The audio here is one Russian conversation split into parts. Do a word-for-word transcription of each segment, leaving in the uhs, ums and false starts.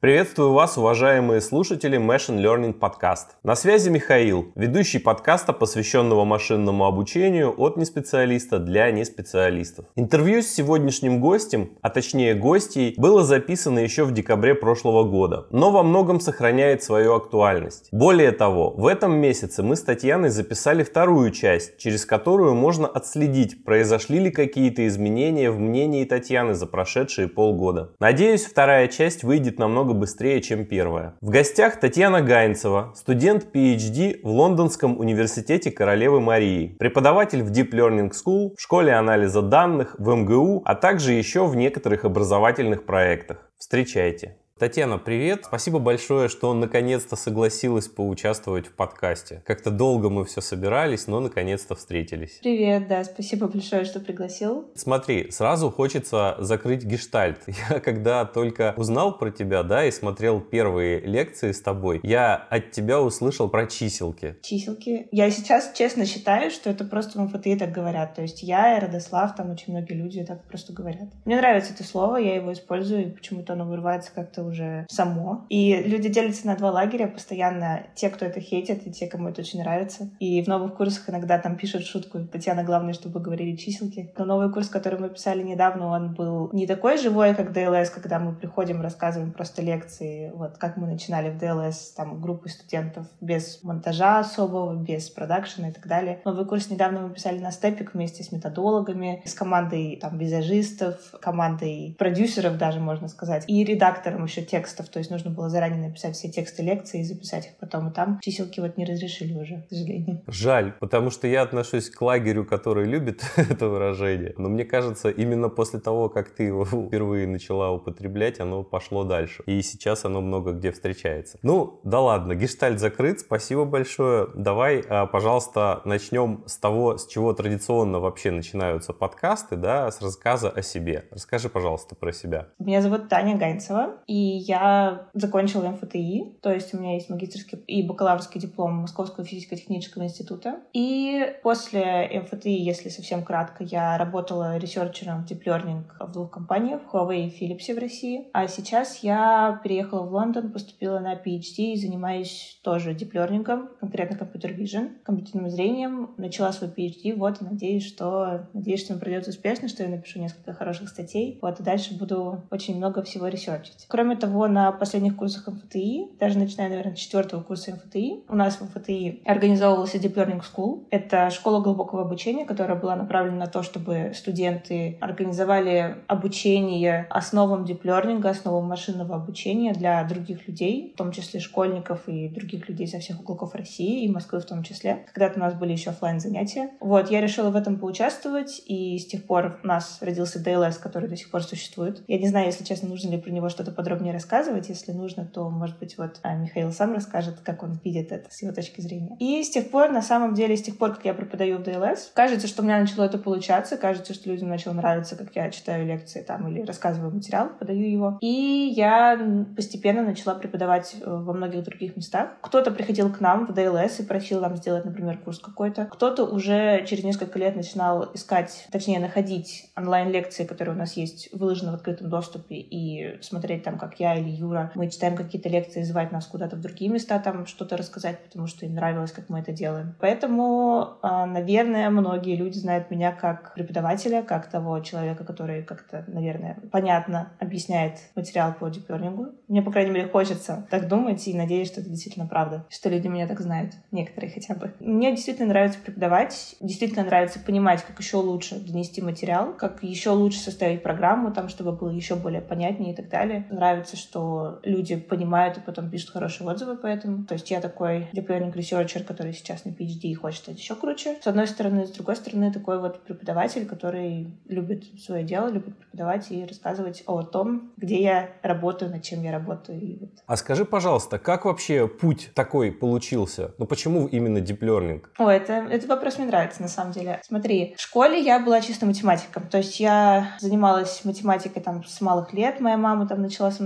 Приветствую вас, уважаемые слушатели Machine Learning Podcast. На связи Михаил, ведущий подкаста, посвященного машинному обучению от неспециалиста для неспециалистов. Интервью с сегодняшним гостем, а точнее гостьей, было записано еще в декабре прошлого года, но во многом сохраняет свою актуальность. Более того, в этом месяце мы с Татьяной записали вторую часть, через которую можно отследить, произошли ли какие-то изменения в мнении Татьяны за прошедшие полгода. Надеюсь, вторая часть выйдет намного быстрее, чем первая. В гостях Татьяна Гайнцева, студент пи эйч ди в Лондонском университете Королевы Марии, преподаватель в Deep Learning School, в школе анализа данных, в эм гэ у, а также еще в некоторых образовательных проектах. Встречайте! Татьяна, привет! Спасибо большое, что наконец-то согласилась поучаствовать в подкасте. Как-то долго мы все собирались, но наконец-то встретились. Привет, да, спасибо большое, что пригласил. Смотри, сразу хочется закрыть гештальт. Я когда только узнал про тебя, да, и смотрел первые лекции с тобой, я от тебя услышал про чиселки. Чиселки? Я сейчас честно считаю, что это просто в эм эф тэ и так говорят. То есть я, Радослав, там очень многие люди так просто говорят. Мне нравится это слово, я его использую, и почему-то оно вырывается как-то уже само. И люди делятся на два лагеря постоянно. Те, кто это хейтит, и те, кому это очень нравится. И в новых курсах иногда там пишут шутку: Татьяна, главное, чтобы говорили чиселки. Но новый курс, который мы писали недавно, он был не такой живой, как ди эл эс, когда мы приходим, рассказываем просто лекции, вот как мы начинали в ди эл эс, там, группой студентов, без монтажа особого, без продакшена и так далее. Новый курс недавно мы писали на степик вместе с методологами, с командой там визажистов, командой продюсеров даже, можно сказать, и редактором еще текстов, то есть нужно было заранее написать все тексты лекций и записать их потом, и там чиселки вот не разрешили уже, к сожалению. Жаль, потому что я отношусь к лагерю, который любит это выражение, но мне кажется, именно после того, как ты его впервые начала употреблять, оно пошло дальше, и сейчас оно много где встречается. Ну, да ладно, гештальт закрыт, спасибо большое. Давай, пожалуйста, начнем с того, с чего традиционно вообще начинаются подкасты, да, с рассказа о себе. Расскажи, пожалуйста, про себя. Меня зовут Таня Гайнцева, и я закончила эм эф тэ и, то есть у меня есть магистерский и бакалаврский диплом Московского физико-технического института. И после эм эф тэ и, если совсем кратко, я работала ресерчером в Deep Learning в двух компаниях, в Huawei и Philips в России. А сейчас я переехала в Лондон, поступила на пи эйч ди и занимаюсь тоже Deep Learning, конкретно Computer Vision, компьютерным зрением. Начала свой пи эйч ди, вот, и надеюсь, что, надеюсь, что он пройдет успешно, что я напишу несколько хороших статей. Вот, и дальше буду очень много всего ресерчить. Кроме того, на последних курсах эм эф тэ и, даже начиная, наверное, с четвертого курса эм эф тэ и, у нас в эм эф тэ и организовывался Deep Learning School. Это школа глубокого обучения, которая была направлена на то, чтобы студенты организовали обучение основам Deep Learning, основам машинного обучения для других людей, в том числе школьников и других людей со всех уголков России и Москвы в том числе. Когда-то у нас были еще офлайн занятия. Вот, я решила в этом поучаствовать, и с тех пор у нас родился ди эл эс, который до сих пор существует. Я не знаю, если честно, нужно ли про него что-то подробнее рассказывать. Если нужно, то, может быть, вот Михаил сам расскажет, как он видит это с его точки зрения. И с тех пор, на самом деле, с тех пор, как я преподаю в ди эл эс, кажется, что у меня начало это получаться, кажется, что людям начало нравиться, как я читаю лекции там или рассказываю материал, подаю его. И я постепенно начала преподавать во многих других местах. Кто-то приходил к нам в ди эл эс и просил нам сделать, например, курс какой-то. Кто-то уже через несколько лет начинал искать, точнее, находить онлайн-лекции, которые у нас есть, выложены в открытом доступе, и смотреть там, как я или Юра, мы читаем какие-то лекции, звать нас куда-то в другие места, там что-то рассказать, потому что им нравилось, как мы это делаем. Поэтому, наверное, многие люди знают меня как преподавателя, как того человека, который как-то, наверное, понятно объясняет материал по Deep Learning. Мне, по крайней мере, хочется так думать, и надеюсь, что это действительно правда, что люди меня так знают, некоторые хотя бы. Мне действительно нравится преподавать, действительно нравится понимать, как еще лучше донести материал, как еще лучше составить программу, там, чтобы было еще более понятнее и так далее. Нравится, что люди понимают и потом пишут хорошие отзывы по этому. То есть я такой Deep Learning Researcher, который сейчас на пи эйч ди и хочет стать еще круче. С одной стороны. С другой стороны, такой вот преподаватель, который любит свое дело, любит преподавать и рассказывать о том, где я работаю, над чем я работаю. И вот. А скажи, пожалуйста, как вообще путь такой получился? Ну почему именно Deep Learning? О, это, этот вопрос мне нравится, на самом деле. Смотри, в школе я была чисто математиком. То есть я занималась математикой там с малых лет. Моя мама там начала со мной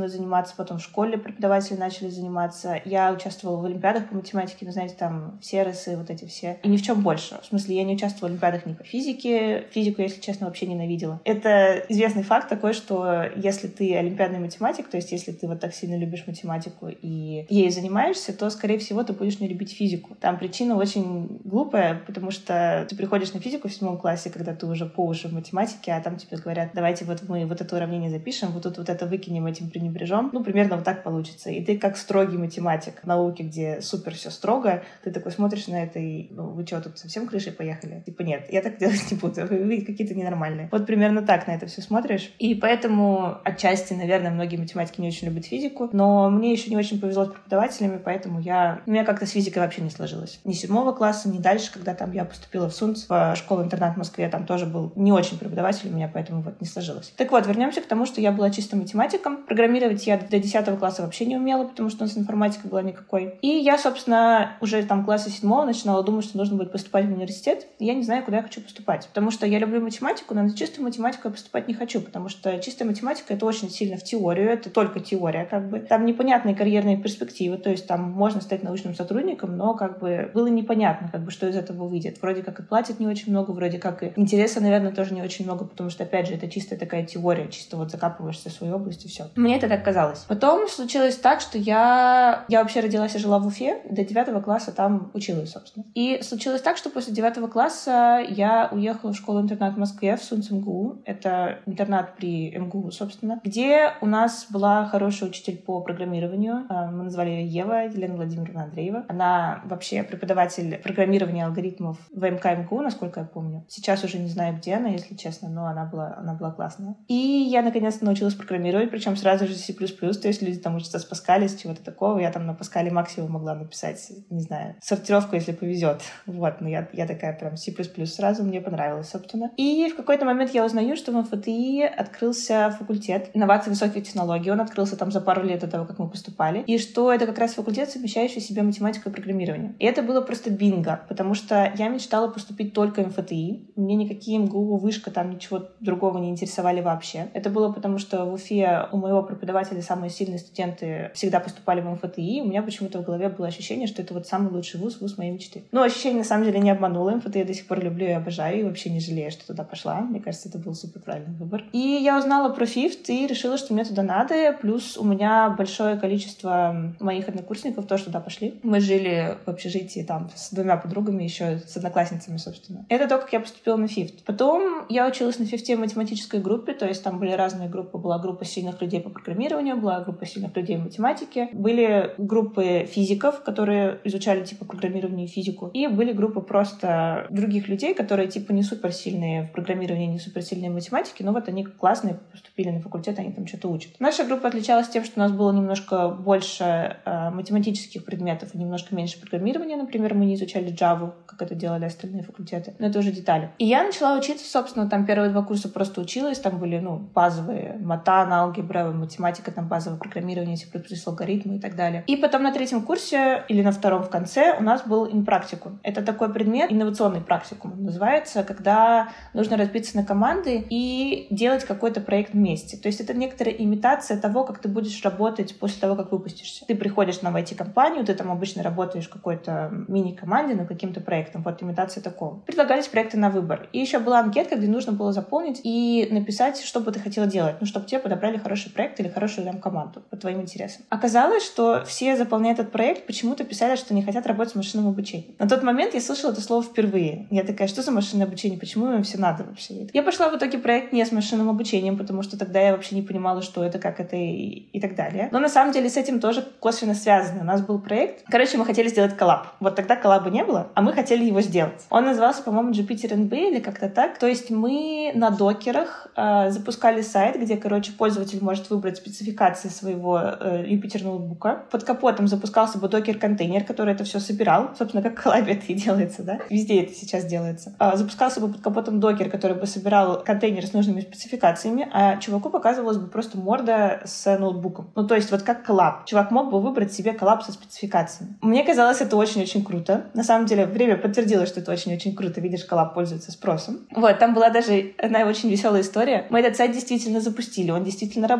заниматься, потом в школе преподаватели начали заниматься. Я участвовала в олимпиадах по математике, ну, знаете, там сересы, вот эти все. И ни в чем больше. В смысле, я не участвовала в олимпиадах ни по физике. Физику, если честно, вообще ненавидела. Это известный факт такой, что если ты олимпиадный математик, то есть если ты вот так сильно любишь математику и ей занимаешься, то, скорее всего, ты будешь не любить физику. Там причина очень глупая, потому что ты приходишь на физику в седьмом классе, когда ты уже по уши в математике, а там тебе говорят, давайте вот мы вот это уравнение запишем, вот тут вот это выкинем, этим пренебрежем. Ну, примерно вот так получится. И ты как строгий математик в науке, где супер все строго, ты такой смотришь на это и, ну, вы что, тут совсем крышей поехали? Типа, нет, я так делать не буду, вы, вы какие-то ненормальные. Вот примерно так на это все смотришь. И поэтому отчасти, наверное, многие математики не очень любят физику, но мне еще не очень повезло с преподавателями, поэтому я... у меня как-то с физикой вообще не сложилось. Ни седьмого класса, ни дальше, когда там я поступила в СУНЦ, в школу-интернат в Москве, там тоже был не очень преподаватель у меня, поэтому вот не сложилось. Так вот, вернемся к тому, что я была чисто математиком. Программировать я до десятого класса вообще не умела, потому что у нас информатика была никакой. И я, собственно, уже там класса седьмого начинала думать, что нужно будет поступать в университет. И я не знаю, куда я хочу поступать. Потому что я люблю математику, но на чистую математику я поступать не хочу, потому что чистая математика — это очень сильно в теорию, это только теория, как бы. Там непонятные карьерные перспективы, то есть там можно стать научным сотрудником, но как бы было непонятно, как бы, что из этого выйдет. Вроде как и платят не очень много, вроде как и интереса, наверное, тоже не очень много, потому что, опять же, это чистая такая теория, чисто вот закапываешься в свою область и все. Мне это так казалось. Потом случилось так, что я... Я вообще родилась и жила в Уфе, до девятого класса там училась, собственно. И случилось так, что после девятого класса я уехала в школу-интернат в Москве, в СУНЦ МГУ. Это интернат при МГУ, собственно, где у нас была хорошая учитель по программированию. Мы назвали ее Ева, Елена Владимировна Андреева. Она вообще преподаватель программирования алгоритмов в МК МГУ, насколько я помню. Сейчас уже не знаю, где она, если честно, но она была, она была классная. И я наконец-то научилась программировать, причем сразу же C++, то есть люди там учатся с Паскаля, с чего-то такого. Я там на Паскале максимум могла написать, не знаю, сортировку, если повезет. Вот, но я, я такая прям C++ сразу, мне понравилось, собственно. И в какой-то момент я узнаю, что в МФТИ открылся факультет инноваций высоких технологий. Он открылся там за пару лет до того, как мы поступали. И что это как раз факультет, совмещающий в себе математику и программирование. И это было просто бинго, потому что я мечтала поступить только в МФТИ. Мне никакие МГУ, вышка, там ничего другого не интересовали вообще. Это было потому, что в Уфе у моего преподавателя самые сильные студенты всегда поступали в МФТИ. И у меня почему-то в голове было ощущение, что это вот самый лучший вуз, вуз моей мечты. Но ощущение на самом деле не обмануло. МФТИ я до сих пор люблю и обожаю, и вообще не жалею, что туда пошла. Мне кажется, это был супер правильный выбор. И я узнала про фифт и решила, что мне туда надо. Плюс у меня большое количество моих однокурсников тоже туда пошли. Мы жили в общежитии там с двумя подругами, еще с одноклассницами, собственно. Это то, как я поступила на фифт. Потом я училась на фифте в математической группе, то есть там были разные группы. Была группа сильных людей по программированию, была группа сильных людей в математике. Были группы физиков, которые изучали типа программирование и физику. И были группы просто других людей, которые типа не суперсильные в программировании, не суперсильные в математике, но вот они классные, поступили на факультет, они там что-то учат. Наша группа отличалась тем, что у нас было немножко больше э, математических предметов и немножко меньше программирования. Например, мы не изучали Java, как это делали остальные факультеты. Но это уже детали. И я начала учиться, собственно, там первые два курса просто училась. Там были, ну, базовые матан, алгебра, математика, там базовое программирование, C++, алгоритмы и так далее. И потом на третьем курсе или на втором в конце у нас был инпрактикум. Это такой предмет, инновационный практикум называется, когда нужно разбиться на команды и делать какой-то проект вместе. То есть это некоторая имитация того, как ты будешь работать после того, как выпустишься. Ты приходишь на ай ти-компанию, ты там обычно работаешь в какой-то мини-команде над каким-то проектом. Вот имитация такого. Предлагались проекты на выбор. И еще была анкетка, где нужно было заполнить и написать, что бы ты хотела делать. Ну, чтобы тебе подобрали хороший проект или хорошую там команду по твоим интересам. Оказалось, что все, заполняя этот проект, почему-то писали, что не хотят работать с машинным обучением. На тот момент я слышала это слово впервые. Я такая, что за машинное обучение? Почему им все надо вообще? Я пошла в итоге проект не с машинным обучением, потому что тогда я вообще не понимала, что это, как это и, и так далее. Но на самом деле с этим тоже косвенно связано. У нас был проект. Короче, мы хотели сделать коллаб. Вот тогда коллаба не было, а мы хотели его сделать. Он назывался, по-моему, Jupyter эн би или как-то так. То есть мы на докерах э, запускали сайт, где, короче, пользователь может выбрать спецификации своего э, Jupyter ноутбука. Под капотом запускался бы докер-контейнер, который это все собирал. Собственно, как в коллабе это и делается, да? Везде это сейчас делается. Э, запускался бы под капотом докер, который бы собирал контейнер с нужными спецификациями, а чуваку показывалась бы просто морда с ноутбуком. Ну, то есть вот как коллаб. Чувак мог бы выбрать себе коллаб со спецификациями. Мне казалось это очень-очень круто. На самом деле, время подтвердило, что это очень-очень круто. Видишь, коллаб пользуется спросом. Вот, там была даже одна очень веселая история. Мы этот сайт действительно запустили, он действительно работал. Я, к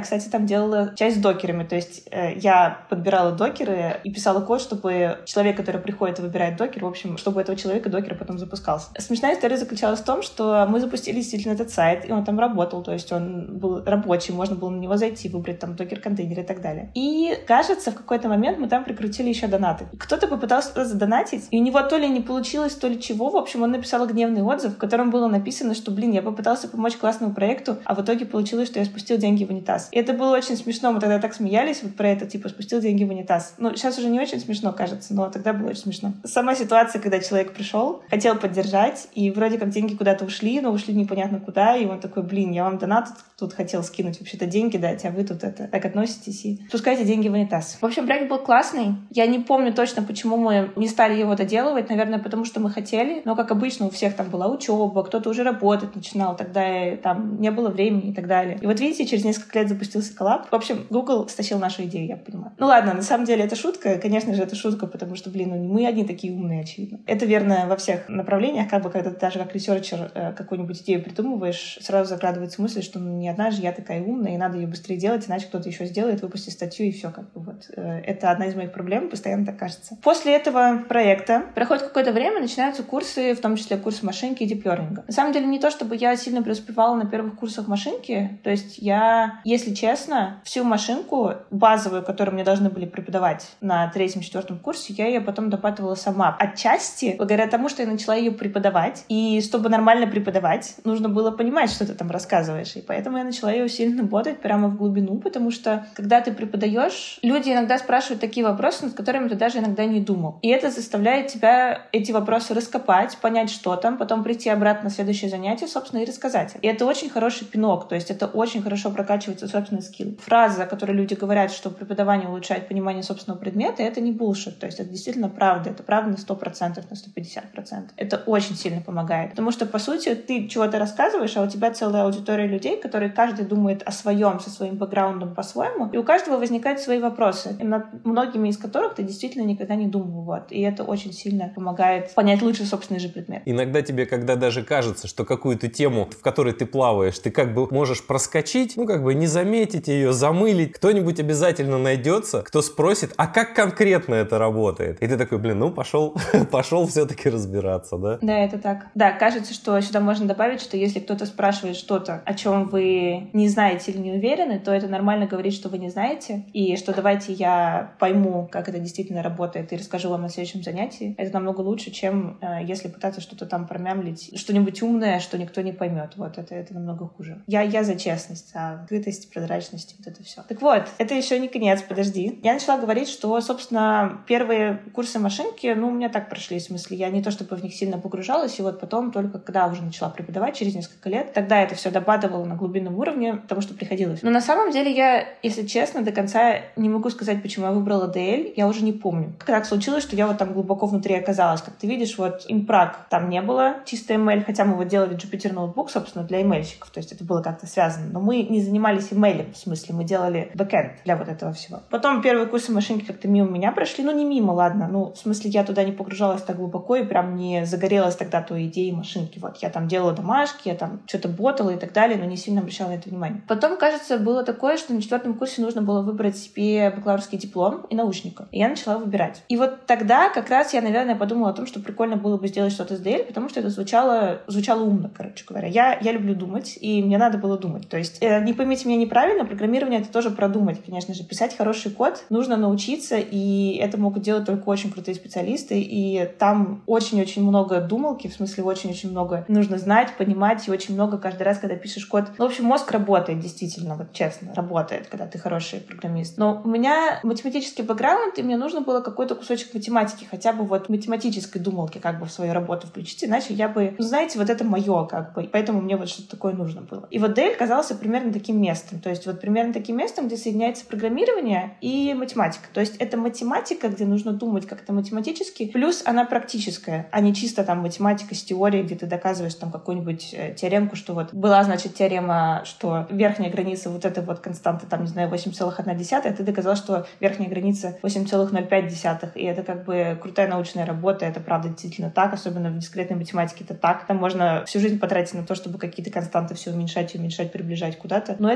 кстати, там делала часть с докерами. То есть э, я подбирала докеры и писала код, чтобы человек, который приходит и выбирает докер, в общем, чтобы у этого человека докер потом запускался. Смешная история заключалась в том, что мы запустили действительно этот сайт, и он там работал, то есть он был рабочий, можно было на него зайти, выбрать там докер-контейнер и так далее. И, кажется, в какой-то момент мы там прикрутили еще донаты. Кто-то попытался туда задонатить, и у него то ли не получилось, то ли чего. В общем, он написал гневный отзыв, в котором было написано, что, блин, я попытался помочь классному проекту, а в итоге получилось, что я спустил деньги в унитаз. И это было очень смешно, мы тогда так смеялись вот про это, типа, спустил деньги в унитаз. Ну, сейчас уже не очень смешно, кажется, но тогда было очень смешно. Сама ситуация, когда человек пришел, хотел поддержать, и вроде как деньги куда-то ушли, но ушли непонятно куда, и он такой, блин, я вам донат тут хотел скинуть, вообще-то деньги дать, а вы тут это так относитесь и спускайте деньги в унитаз. В общем, проект был классный. Я не помню точно, почему мы не стали его доделывать, наверное, потому что мы хотели, но, как обычно, у всех там была учеба, кто-то уже работать начинал, тогда и, там не было времени и так далее. И вот видите, через несколько лет запустился коллаб. В общем, Google стащил нашу идею, я понимаю. Ну ладно, на самом деле это шутка, конечно же, это шутка, потому что, блин, ну не мы одни такие умные, очевидно. Это верно во всех направлениях, как бы, когда ты даже как ресерчер э, какую-нибудь идею придумываешь, сразу закрадывается мысль, что ну, не одна же я такая умная, и надо ее быстрее делать, иначе кто-то еще сделает, выпустит статью, и все, как бы вот. Э, это одна из моих проблем, постоянно так кажется. После этого проекта проходит какое-то время, начинаются курсы, в том числе курсы машинки и дип-лернинга. На самом деле не то, чтобы я сильно преуспевала на первых курсах машинки, то есть я, если честно, всю машинку базовую, которую мне должны были преподавать на третьем-четвертом курсе, я ее потом допатывала сама. Отчасти благодаря тому, что я начала ее преподавать, и чтобы нормально преподавать, нужно было понимать, что ты там рассказываешь, и поэтому я начала ее усиленно ботать прямо в глубину, потому что, когда ты преподаешь, люди иногда спрашивают такие вопросы, над которыми ты даже иногда не думал. И это заставляет тебя эти вопросы раскопать, понять, что там, потом прийти обратно на следующее занятие, собственно, и рассказать. И это очень хороший пинок, то есть это очень хорошо прокачивается собственный скилл. Фраза, которой люди говорят, что преподавание улучшает понимание собственного предмета, это не булшит, то есть это действительно правда, это правда на сто процентов, на сто пятьдесят процентов. Это очень сильно помогает, потому что, по сути, ты чего-то рассказываешь, а у тебя целая аудитория людей, которые каждый думает о своем, со своим бэкграундом по-своему, и у каждого возникают свои вопросы, и над многими из которых ты действительно никогда не думал, вот, и это очень сильно помогает понять лучше собственный же предмет. Иногда тебе, когда даже кажется, что какую-то тему, в которой ты плаваешь, ты как бы можешь проскочить, ну, как бы не заметить ее, замылить, кто-нибудь обязательно найдется, кто спросит, а как конкретно это работает? И ты такой, блин, ну, пошел, пошел все-таки разбираться, да? Да, это так. Да, кажется, что сюда можно добавить, что если кто-то спрашивает что-то, о чем вы не знаете или не уверены, то это нормально говорить, что вы не знаете, и что давайте я пойму, как это действительно работает, и расскажу вам на следующем занятии. Это намного лучше, чем э, если пытаться что-то там промямлить, что-нибудь умное, что никто не поймет. Вот, это, это намного хуже. Я, я за честность, за открытость, прозрачность, вот это все. Так вот, это еще не конец, подожди. Я начала говорить, что, собственно, первые курсы машинки, ну, у меня так прошли, в смысле, я не то чтобы в них сильно погружалась, и вот потом, только когда уже начала преподавать, через несколько лет, тогда это все добавила на глубинном уровне, потому что приходилось. Но на самом деле я, если честно, до конца не могу сказать, почему я выбрала ди эл, я уже не помню. Как так случилось, что я вот там глубоко внутри оказалась. Как ты видишь, вот импраг там не было, чисто эм эл, хотя мы вот делали Jupyter Notebook, собственно, для эмэльщиков, то есть это было как-то связано. Но мы не занимались эмейлем, в смысле, мы делали бэкэнд для вот этого всего. Потом первые курсы машинки как-то мимо меня прошли, ну не мимо, ладно, ну в смысле я туда не погружалась так глубоко и прям не загорелась тогда той идеей машинки. Вот я там делала домашки, я там что-то ботала и так далее, но не сильно обращала на это внимание. Потом, кажется, было такое, что на четвертом курсе нужно было выбрать себе бакалаврский диплом и научника. И я начала выбирать. И вот тогда как раз я, наверное, подумала о том, что прикольно было бы сделать что-то с ди эл, потому что это звучало, звучало умно, короче говоря. Я, я люблю думать, и мне надо было думать. То есть, э, не поймите меня неправильно, программирование — это тоже продумать, конечно же. Писать хороший код нужно научиться, и это могут делать только очень крутые специалисты, и там очень-очень много думалки, в смысле очень-очень много нужно знать, понимать, и очень много каждый раз, когда пишешь код. Ну, в общем, мозг работает, действительно, вот честно, работает, когда ты хороший программист. Но у меня математический бэкграунд, и мне нужно было какой-то кусочек математики, хотя бы вот математической думалки как бы в свою работу включить, иначе я бы, ну, знаете, вот это мое как бы, поэтому мне вот что-то такое нужно было. И вот ди эл казался примерно таким местом, то есть вот примерно таким местом, где соединяется программирование и математика. То есть это математика, где нужно думать как-то математически, плюс она практическая, а не чисто там математика с теорией, где ты доказываешь там какую-нибудь э, теоремку, что вот была, значит, теорема, что верхняя граница вот этой вот константы, там, не знаю, восемь целых одна десятая, а ты доказал, что верхняя граница восемь целых ноль пять десятых, и это как бы крутая научная работа, это правда действительно так, особенно в дискретной математике это так. Там можно всю жизнь потратить на то, чтобы какие-то константы все уменьшать и уменьшать, приближать куда-то, но это как-то не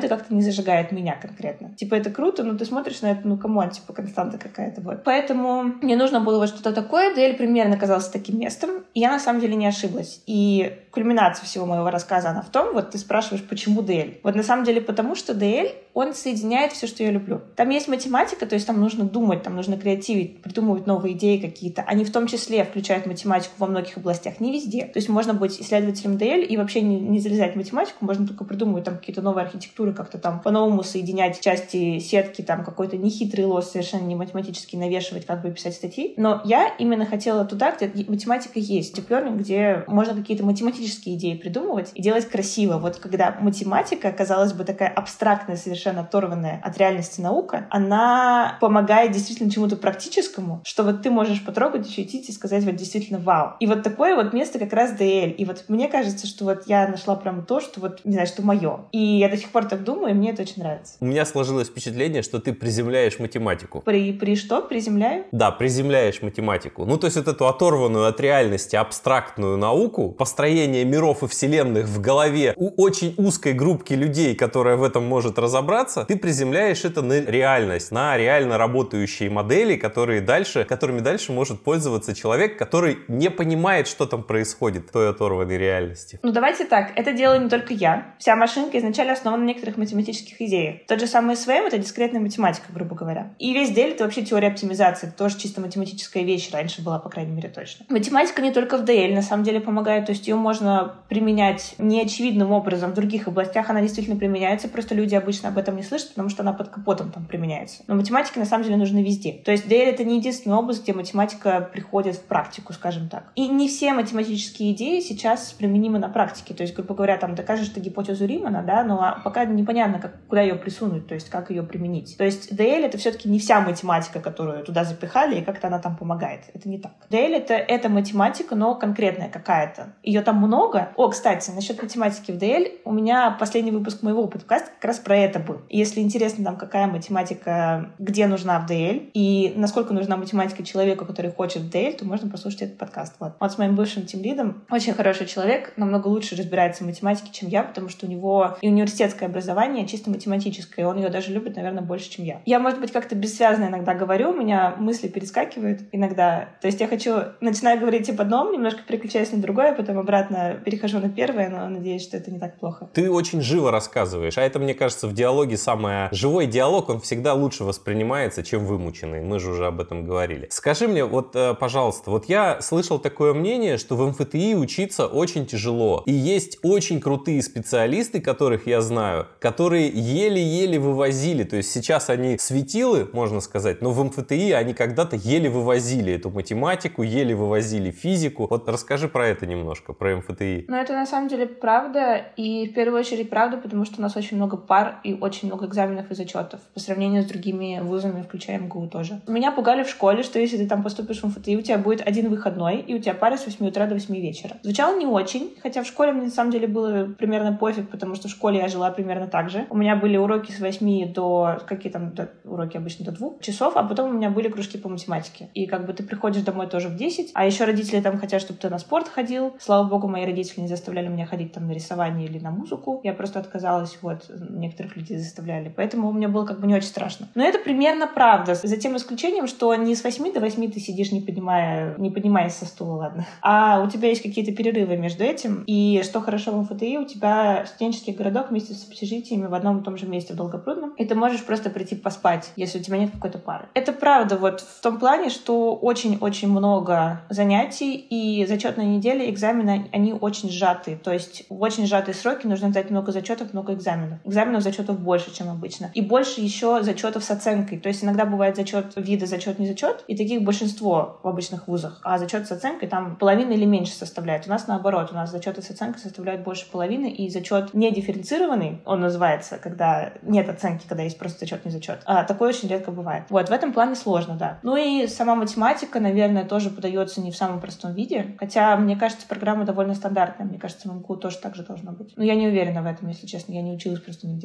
зажигает меня конкретно. Типа, это круто, но ты смотришь на это, ну, камон, типа, константа какая-то, вот. Поэтому мне нужно было вот что-то такое, ди эл примерно оказался таким местом, и я на самом деле не ошиблась. И кульминация всего моего рассказа, она в том, вот ты спрашиваешь, почему ди эл. Вот на самом деле потому, что ди эл, он соединяет все, что я люблю. Там есть математика, то есть там нужно думать, там нужно креативить, придумывать новые идеи какие-то. Они в том числе включают математику во многих областях, не везде. То есть можно быть исследователем ди эл и вообще не, не залезать в математику, можно только придумывать там какие-то новые архитектуры, как-то там по-новому соединять части сетки, там какой-то нехитрый лос, совершенно не математический, навешивать, как бы писать статьи. Но я именно хотела туда, где математика есть, deep learning, где можно какие-то математические идеи придумывать и делать красиво. Вот когда математика, казалось бы, такая абстрактная, совершенно оторванная от реальности наука, она помогает действительно чему-то практическому, что вот ты можешь потрогать, ощутить и сказать вот действительно вау. И вот такое вот место как раз ди эл. И вот мне кажется, что вот я нашла прямо то, что вот, не знаю, что мое. И я до сих пор так думаю, и мне это очень нравится. У меня сложилось впечатление, что ты приземляешь математику. При, при что? Приземляю? Да, приземляешь математику. Ну, то есть вот эту оторванную от реальности абстрактную науку, построение миров и вселенных в голове у очень узкой группки людей, которая в этом может разобраться, ты приземляешь это на реальность, на реально работающие модели, которые дальше, которыми дальше может пользоваться человек, который не понимает, что там происходит в той оторванной реальности. Ну, давайте так, это делаю не только я. Вся машинка изначально основана на некоторых математических идеях. Тот же самый эс ви эм — это дискретная математика, грубо говоря. И весь ди эл — это вообще теория оптимизации. Это тоже чисто математическая вещь, раньше была, по крайней мере, точно. Математика не только в ди эл, на самом деле, помогает. То есть ее можно применять неочевидным образом. В других областях она действительно применяется, просто люди обычно об этом не слышат, потому что она под капотом там применяется. Но математики, на самом деле, нужны везде. То есть ди эл — это не единственная область, где математика приходит в практику, скажем так. И не все математические идеи сейчас применимы на практике. То есть, грубо говоря, там докажешь ты гипотезу Римана, да, но пока непонятно, как, куда ее присунуть, то есть как ее применить. То есть ди эл — это все-таки не вся математика, которую туда запихали, и как-то она там помогает. Это не так. ди эл — это, это математика, но конкретная какая-то. Ее там много. О, кстати, насчет математики в ди эл, у меня последний выпуск моего подкаста как раз про это был. И если интересно, там, какая математика, где нужна в ди эл, и насколько нужна математика человеку, который хочет в ди эл, то можно послушать этот подкаст. Вот, вот с моим бывшим тимлидом. Очень хороший человек, намного лучше разбирается в математике, чем я, потому что у него и университетское образование чисто математическое, и он ее даже любит, наверное, больше, чем я. Я, может быть, как-то бессвязно иногда говорю, у меня мысли перескакивают иногда. То есть я хочу, начинаю говорить об одном, немножко переключаюсь на другое, потом обратно перехожу на первое, но надеюсь, что это не так плохо. Ты очень живо рассказываешь, а это, мне кажется, в диалоге самое... Живой диалог, он всегда лучше воспринимается, чем вымученный. Мы же уже об этом говорили. Скажи мне, вот, пожалуйста, вот я слышал такое мнение, что в эм эф тэ и учиться очень тяжело. И есть очень крутые специалисты, которых я знаю, которые еле-еле вывозили. То есть сейчас они светилы, можно сказать, но в эм эф тэ и они когда-то еле вывозили эту математику, еле вывозили физику. Вот расскажи про это немножко, про эм эф тэ и. Ну, это на самом деле правда, и в первую очередь правда, потому что у нас очень много пар и очень много экзаменов и зачетов по сравнению с другими вузами, включая эм гэ у тоже. Меня пугали в школе, что если ты там поступишь в эм эф тэ и, у тебя будет один выходной, и у тебя пары с восьми утра до восьми вечера. Звучало не очень, хотя в школе мне на самом деле было примерно пофиг, потому что в школе я жила примерно так же. У меня были уроки с восьми до... Какие там до, уроки обычно до двух часов, а потом у меня были кружки по математике. И как бы ты приходишь домой тоже в десять, а еще родители там хотят, чтобы ты на спорт ходил. Слава богу, мои родители не заставляли меня ходить там на рисование или на музыку. Я просто отказалась, вот, некоторых людей заставляли. Поэтому у меня было как бы не очень страшно. Но это примерно правда. За тем исключением, что не с восьми до восьми ты сидишь, не поднимая, не поднимаясь со стула, ладно. А у тебя есть какие-то перерывы между этим. И что хорошо в эм эф тэ и, у тебя студенческий городок вместе с общежитиями в одном и том же месте в Долгопрудном. И ты можешь просто прийти поспать, если у тебя нет какой-то пары. Это правда вот в том плане, что очень-очень много занятий, и зачетные недели, экзамены, они очень сжатые. То есть в очень сжатые сроки нужно сдать много зачетов, много экзаменов. Экзаменов, зачетов больше, чем обычно. И больше еще зачетов с оценкой. То есть иногда бывает зачет вида, зачет, не зачет, и таких большинство в обычных вузах. А зачет с оценкой там половина или меньше составляет. У нас наоборот, у нас зачеты с оценкой составляют больше половины, и зачет не дифференцированный, он называется, когда нет оценки, когда есть просто зачет, не зачет. А такое очень редко бывает. Вот, в этом плане сложно, да. Ну и сама математика, наверное, тоже подается не в самом простом виде. Хотя, мне кажется, программа довольно стандартная. Мне кажется, в эм гэ у тоже так же должно быть. Но я не уверена в этом, если честно. Я не училась просто нигде больше. Тут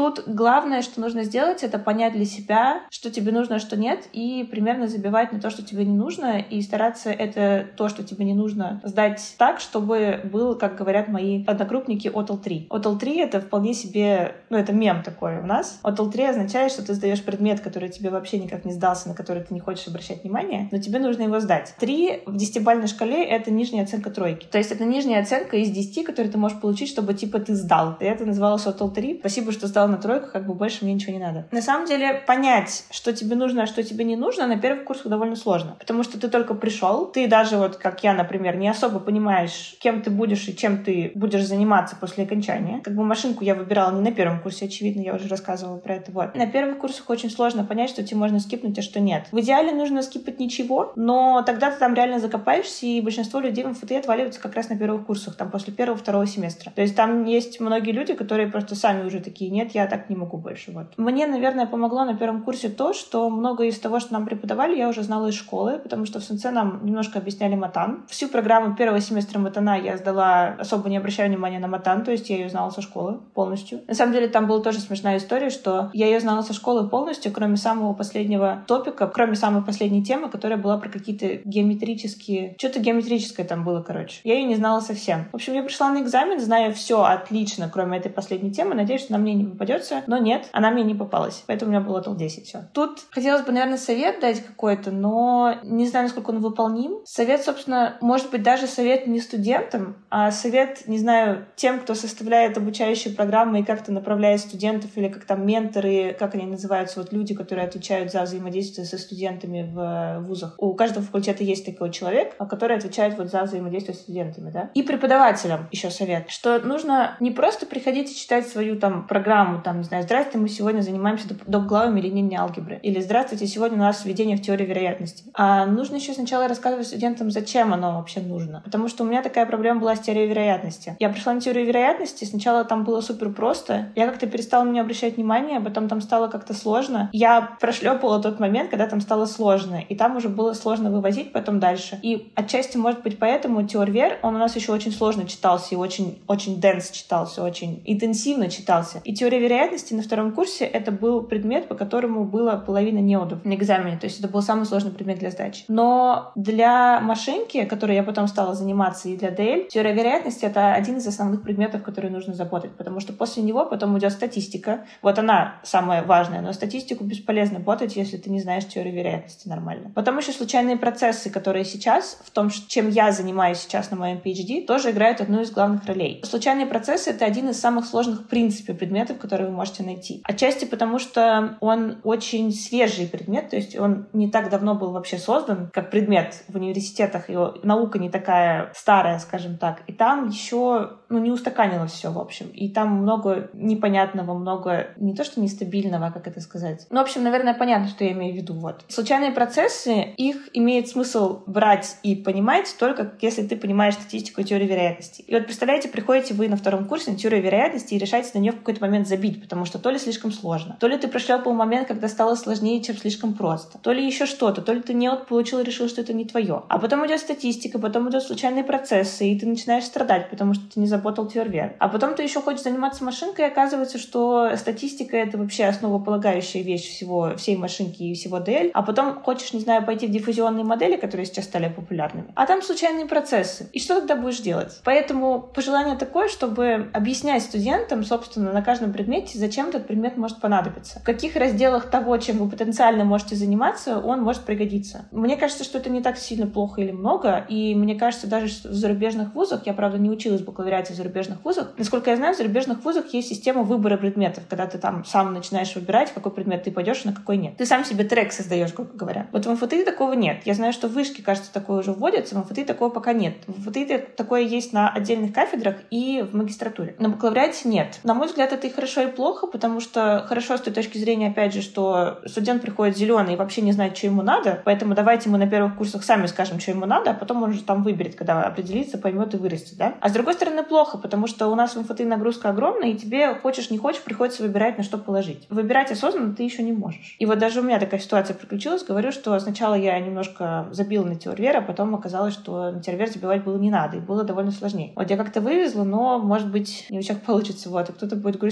Тут главное, что нужно сделать, это понять для себя, что тебе нужно, а что нет, и примерно забивать на то, что тебе не нужно, и стараться это то, что тебе не нужно, сдать так, чтобы был, как говорят мои одногруппники, о тэ эл три. о тэ эл три — это вполне себе, ну, это мем такой у нас. о тэ эл три означает, что ты сдаешь предмет, который тебе вообще никак не сдался, на который ты не хочешь обращать внимание, но тебе нужно его сдать. три в десятибалльной шкале — это нижняя оценка тройки. То есть это нижняя оценка из десяти, которую ты можешь получить, чтобы типа ты сдал. И это называлось о тэ эл три. Спасибо, что сдал на тройку, как бы больше мне ничего не надо. На самом деле, понять, что тебе нужно, а что тебе не нужно, на первых курсах довольно сложно. Потому что ты только пришел, ты даже вот, как я, например, не особо понимаешь, кем ты будешь и чем ты будешь заниматься после окончания. Как бы машинку я выбирала не на первом курсе, очевидно, я уже рассказывала про это. Вот. На первых курсах очень сложно понять, что тебе можно скипнуть, а что нет. В идеале нужно скипать ничего, но тогда ты там реально закопаешься, и большинство людей в эм эф тэ и отваливаются как раз на первых курсах, там после первого-второго семестра. То есть там есть многие люди, которые просто сами уже такие: нет, я так не могу больше. Вот. Мне, наверное, помогло на первом курсе то, что многое из того, что нам преподавали, я уже знала из школы, потому что в СНЦ нам немножко объясняли матан. Всю программу первого семестра матана я сдала, особо не обращая внимания на матан, то есть я ее знала со школы полностью. На самом деле там была тоже смешная история, что я ее знала со школы полностью, кроме самого последнего топика, кроме самой последней темы, которая была про какие-то геометрические... Что-то геометрическое там было, короче. Я ее не знала совсем. В общем, я пришла на экзамен, зная все отлично, кроме этой последней темы. Надеюсь, что она мне не попадется, но нет, она мне не попалась. Поэтому у меня было о тэ эл десять, все. Тут хотелось бы, наверное, совет дать какой-то, но не знаю, насколько он выполним. Совет, собственно, может быть, даже совет не студентам, а совет, не знаю, тем, кто составляет обучающие программы и как-то направляет студентов, или как там менторы, как они называются, вот люди, которые отвечают за взаимодействие со студентами в вузах. У каждого факультета есть такой человек, который отвечает вот за взаимодействие с студентами, да. И преподавателям еще совет, что нужно не просто приходить и читать свою там программу, там, не знаю, здравствуйте, мы сегодня занимаемся доп-главами линейной алгебры, или здравствуйте, сегодня у нас введение в теорию вероятности. А нужно еще сначала рассказывать студентам, зачем оно вообще нужно. Потому что у меня такая проблема была с теорией вероятности. Я пришла на теорию вероятности, сначала там было супер просто, я как-то перестала на нее обращать внимание, а потом там стало как-то сложно. Я прошлепала тот момент, когда там стало сложно, и там уже было сложно вывозить потом дальше. И отчасти, может быть, поэтому теорвер, он у нас еще очень сложно читался и очень, очень dense читался, очень интенсивно читался. И теория вероятности на втором курсе — это был предмет, по которому было половина неудов на экзамене, то есть это был самый сложный предмет для сдачи. Но для машинки, которой я потом стала заниматься, и для ди эл, теория вероятности — это один из основных предметов, которые нужно заботить, потому что после него потом идет статистика. Вот она самая важная, но статистику бесполезно ботать, если ты не знаешь теорию вероятности нормально. Потом еще случайные процессы, которые сейчас, в том, чем я занимаюсь сейчас на моем пи эйч ди, тоже играют одну из главных ролей. Случайные процессы — это один из самых сложных в принципе предметов, которые вы можете найти. Отчасти потому, что он очень свежий предмет, то есть он не так давно был вообще создан как предмет в университетах, и наука не такая старая, скажем так. И там еще, ну, не устаканилось все, в общем. И там много непонятного, много не то что нестабильного, как это сказать. Ну, в общем, наверное, понятно, что я имею в виду. Вот. Случайные процессы, их имеет смысл брать и понимать только если ты понимаешь статистику и теорию вероятности. И вот представляете, приходите вы на втором курсе на теорию вероятности и решаете на нее в какой-то момент забить, потому что то ли слишком сложно, то ли ты прошлепал момент, когда стало сложнее, чем слишком просто, то ли еще что-то, то ли ты не вот получил и решил, что это не твое. А потом идет статистика, потом идут случайные процессы, и ты начинаешь страдать, потому что ты не заботал теорвер. А потом ты еще хочешь заниматься машинкой, и оказывается, что статистика — это вообще основополагающая вещь всего, всей машинки и всего ди эл. А потом хочешь, не знаю, пойти в диффузионные модели, которые сейчас стали популярными, а там случайные процессы. И что тогда будешь делать? Поэтому пожелание такое, чтобы объяснять студентам, собственно, на каждом предмете, зачем этот предмет может понадобиться. В каких разделах того, чем вы потенциально можете заниматься, он может пригодиться. Мне кажется, что это не так сильно плохо или много, и мне кажется, даже в зарубежных вузах, я, правда, не училась в бакалавриате в зарубежных вузах, насколько я знаю, в зарубежных вузах есть система выбора предметов, когда ты там сам начинаешь выбирать, какой предмет ты пойдешь, а на какой нет. Ты сам себе трек создаешь, грубо говоря. Вот в эм эф тэ и такого нет. Я знаю, что в вышке, кажется, такое уже вводится, в эм эф тэ и такого пока нет. В эм эф тэ такое есть на отдельных кафедрах и в магистратуре. На бакалавриате нет. На мой взгляд, это и хорошо, и плохо, потому что хорошо с той точки зрения, опять же, что студент приходит зеленый и вообще не знает, что ему надо, поэтому давайте мы на первых курсах сами скажем, что ему надо, а потом он же там выберет, когда определится, поймет и вырастет, да? А с другой стороны, плохо, потому что у нас в эм эф тэ нагрузка огромная, и тебе, хочешь не хочешь, приходится выбирать, на что положить. Выбирать осознанно ты еще не можешь. И вот даже у меня такая ситуация приключилась, говорю, что сначала я немножко забила на теорвер, а потом оказалось, что на теорвер забивать было не надо, и было довольно сложнее. Вот я как-то вывезла, но, может быть, не у всех получится, вот, и кто-то будет грустить, что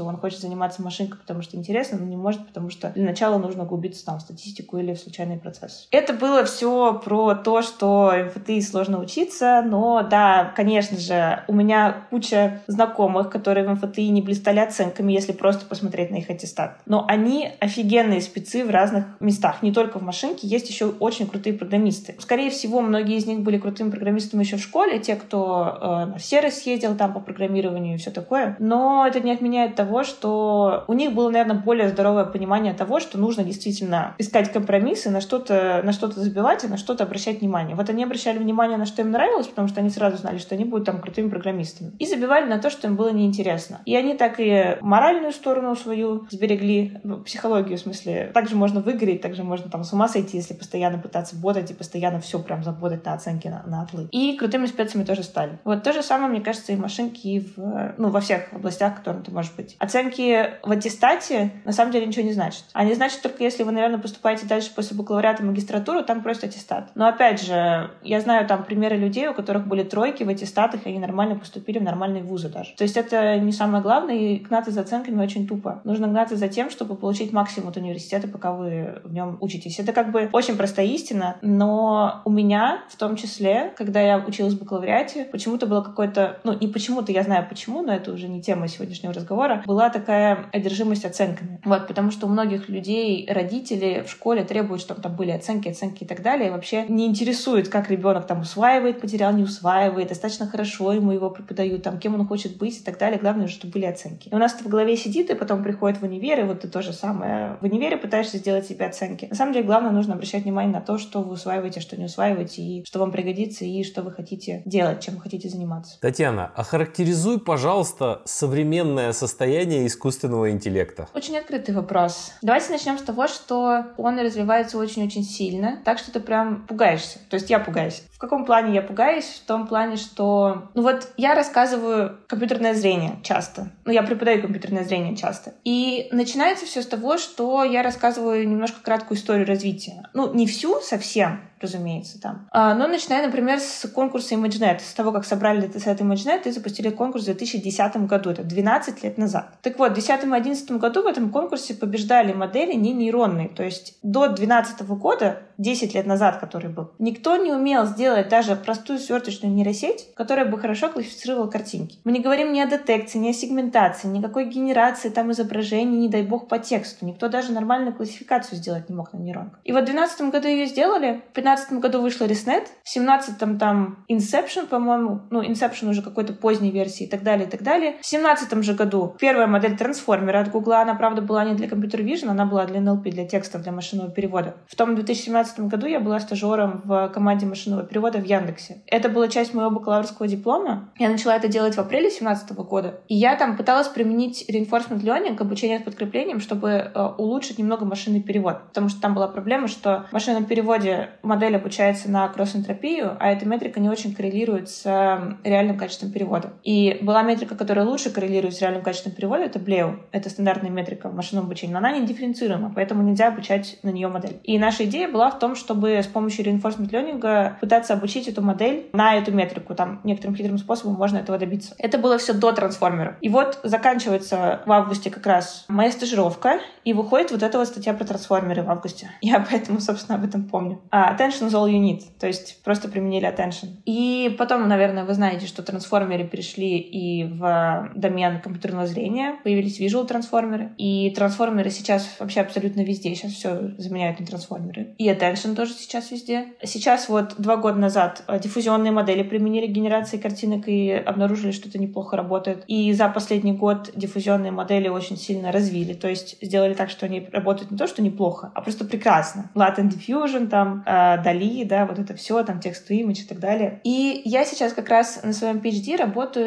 что он хочет заниматься машинкой, потому что интересно, но не может, потому что для начала нужно углубиться там, в статистику или в случайный процесс. Это было все про то, что эм эф тэ и сложно учиться, но да, конечно же, у меня куча знакомых, которые в эм эф тэ и не блистали оценками, если просто посмотреть на их аттестат. Но они офигенные спецы в разных местах, не только в машинке, есть еще очень крутые программисты. Скорее всего, многие из них были крутыми программистами еще в школе, те, кто э, на сервис съездил там по программированию и все такое. Но это не отменяет того, что у них было, наверное, более здоровое понимание того, что нужно действительно искать компромиссы, на что-то, на что-то забивать и на что-то обращать внимание. Вот они обращали внимание на что им нравилось, потому что они сразу знали, что они будут там крутыми программистами. И забивали на то, что им было неинтересно. И они так и моральную сторону свою сберегли, психологию в смысле. Также можно выгореть, также можно там с ума сойти, если постоянно пытаться ботать и постоянно все прям заботать на оценки, на, на отлы. И крутыми спецами тоже стали. Вот то же самое, мне кажется, и в машинке, и в, ну, во всех областях, в которых ты можешь быть. Оценки в аттестате на самом деле ничего не значат. Они значат только если вы, наверное, поступаете дальше после бакалавриата и магистратуру, там просто аттестат. Но опять же, я знаю там примеры людей, у которых были тройки в аттестатах, и они нормально поступили в нормальные вузы даже. То есть это не самое главное, и гнаться за оценками очень тупо. Нужно гнаться за тем, чтобы получить максимум от университета, пока вы в нем учитесь. Это как бы очень простая истина, но у меня, в том числе, когда я училась в бакалавриате, почему-то было какое-то, ну не почему-то, я знаю почему, но это уже не тема сегодняшнего разговора, была такая одержимость оценками. Вот, потому что у многих людей родители в школе требуют, чтобы там были оценки, оценки и так далее, и вообще не интересует, как ребенок там усваивает материал, не усваивает, достаточно хорошо ему его преподают, там, кем он хочет быть и так далее. Главное, чтобы были оценки. И у нас это в голове сидит, и потом приходит в универ, и вот ты то же самое. В универе пытаешься сделать себе оценки. На самом деле, главное, нужно обращать внимание на то, что вы усваиваете, что не усваиваете, и что вам пригодится, и что вы хотите делать, чем вы хотите заниматься. Татьяна, охарактеризуй, пожалуйста, современное состояние искусственного интеллекта. Очень открытый вопрос. Давайте начнем с того, что он развивается очень-очень сильно, так что ты прям пугаешься. То есть я пугаюсь. В каком плане я пугаюсь? В том плане, что... Ну вот я рассказываю компьютерное зрение часто. Ну, я преподаю компьютерное зрение часто. И начинается все с того, что я рассказываю немножко краткую историю развития. Ну, не всю совсем, разумеется, там. А, но начиная, например, с конкурса ImageNet. С того, как собрали датасет ImageNet и запустили конкурс в две тысячи десятом году. Это двенадцать лет назад. Так вот, в две тысячи десятом и две тысячи одиннадцатом году в этом конкурсе побеждали модели не нейронные. То есть до две тысячи двенадцатого года, десять лет назад, который был, никто не умел сделать даже простую сверточную нейросеть, которая бы хорошо классифицировала картинки. Мы не говорим ни о детекции, ни о сегментации, никакой генерации там изображений, не дай бог по тексту. Никто даже нормальную классификацию сделать не мог на нейронках. И вот в две тысячи двенадцатом году ее сделали, в две тысячи пятнадцатом году вышла ResNet, в две тысячи семнадцатом там Inception, по-моему, ну, Inception уже какой-то поздней версии и так далее, и так далее. В две тысячи семнадцатом же году первая модель трансформера от Гугла, она, правда, была не для Computer Vision, она была для эн эл пи, для текстов, для машинного перевода. В том две тысячи семнадцатом году я была стажером в команде машинного перевода в Яндексе. Это была часть моего бакалаврского диплома. Я начала это делать в апреле две тысячи семнадцатого года. И я там пыталась применить reinforcement learning, обучение с подкреплением, чтобы э, улучшить немного машинный перевод. Потому что там была проблема, что в машинном переводе модель обучается на кросс-энтропию, а эта метрика не очень коррелирует с э, реальным качеством перевода. И была метрика, которая лучше коррелирует с реальным качеством перевода, это блеу. Это стандартная метрика в машинном обучении, но она не дифференцируема, поэтому нельзя обучать на нее модель. И наша идея была в том, чтобы с помощью reinforcement learning пытаться обучить эту модель на эту метрику. Там некоторым хитрым способом можно этого добиться. Это было все до трансформера. И вот заканчивается в августе как раз моя стажировка, и выходит вот эта вот статья про трансформеры в августе. Я поэтому, собственно, об этом помню. А, attention is all you need. То есть просто применили attention. И потом, наверное, вы знаете, что трансформеры перешли и в домен компьютерного зрения. Появились visual трансформеры. И трансформеры сейчас вообще абсолютно везде. Сейчас все заменяют на трансформеры. И attention тоже сейчас везде. Сейчас вот два года назад диффузионные модели применили к генерации картинок и обнаружили, что это неплохо работает. И за последний год диффузионные модели очень сильно развили. То есть сделали так, что они работают не то, что неплохо, а просто прекрасно. Latent diffusion, там, Dali, да, вот это все, там, text-to-image и так далее. И я сейчас как раз на своем пи эйч ди работаю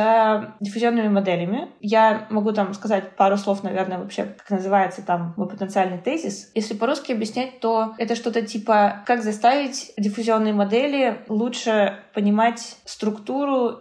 с диффузионными моделями. Я могу там сказать пару слов, наверное, вообще, как называется там мой потенциальный тезис. Если по-русски объяснять, то эта что-то типа «Как заставить диффузионные модели лучше понимать структуру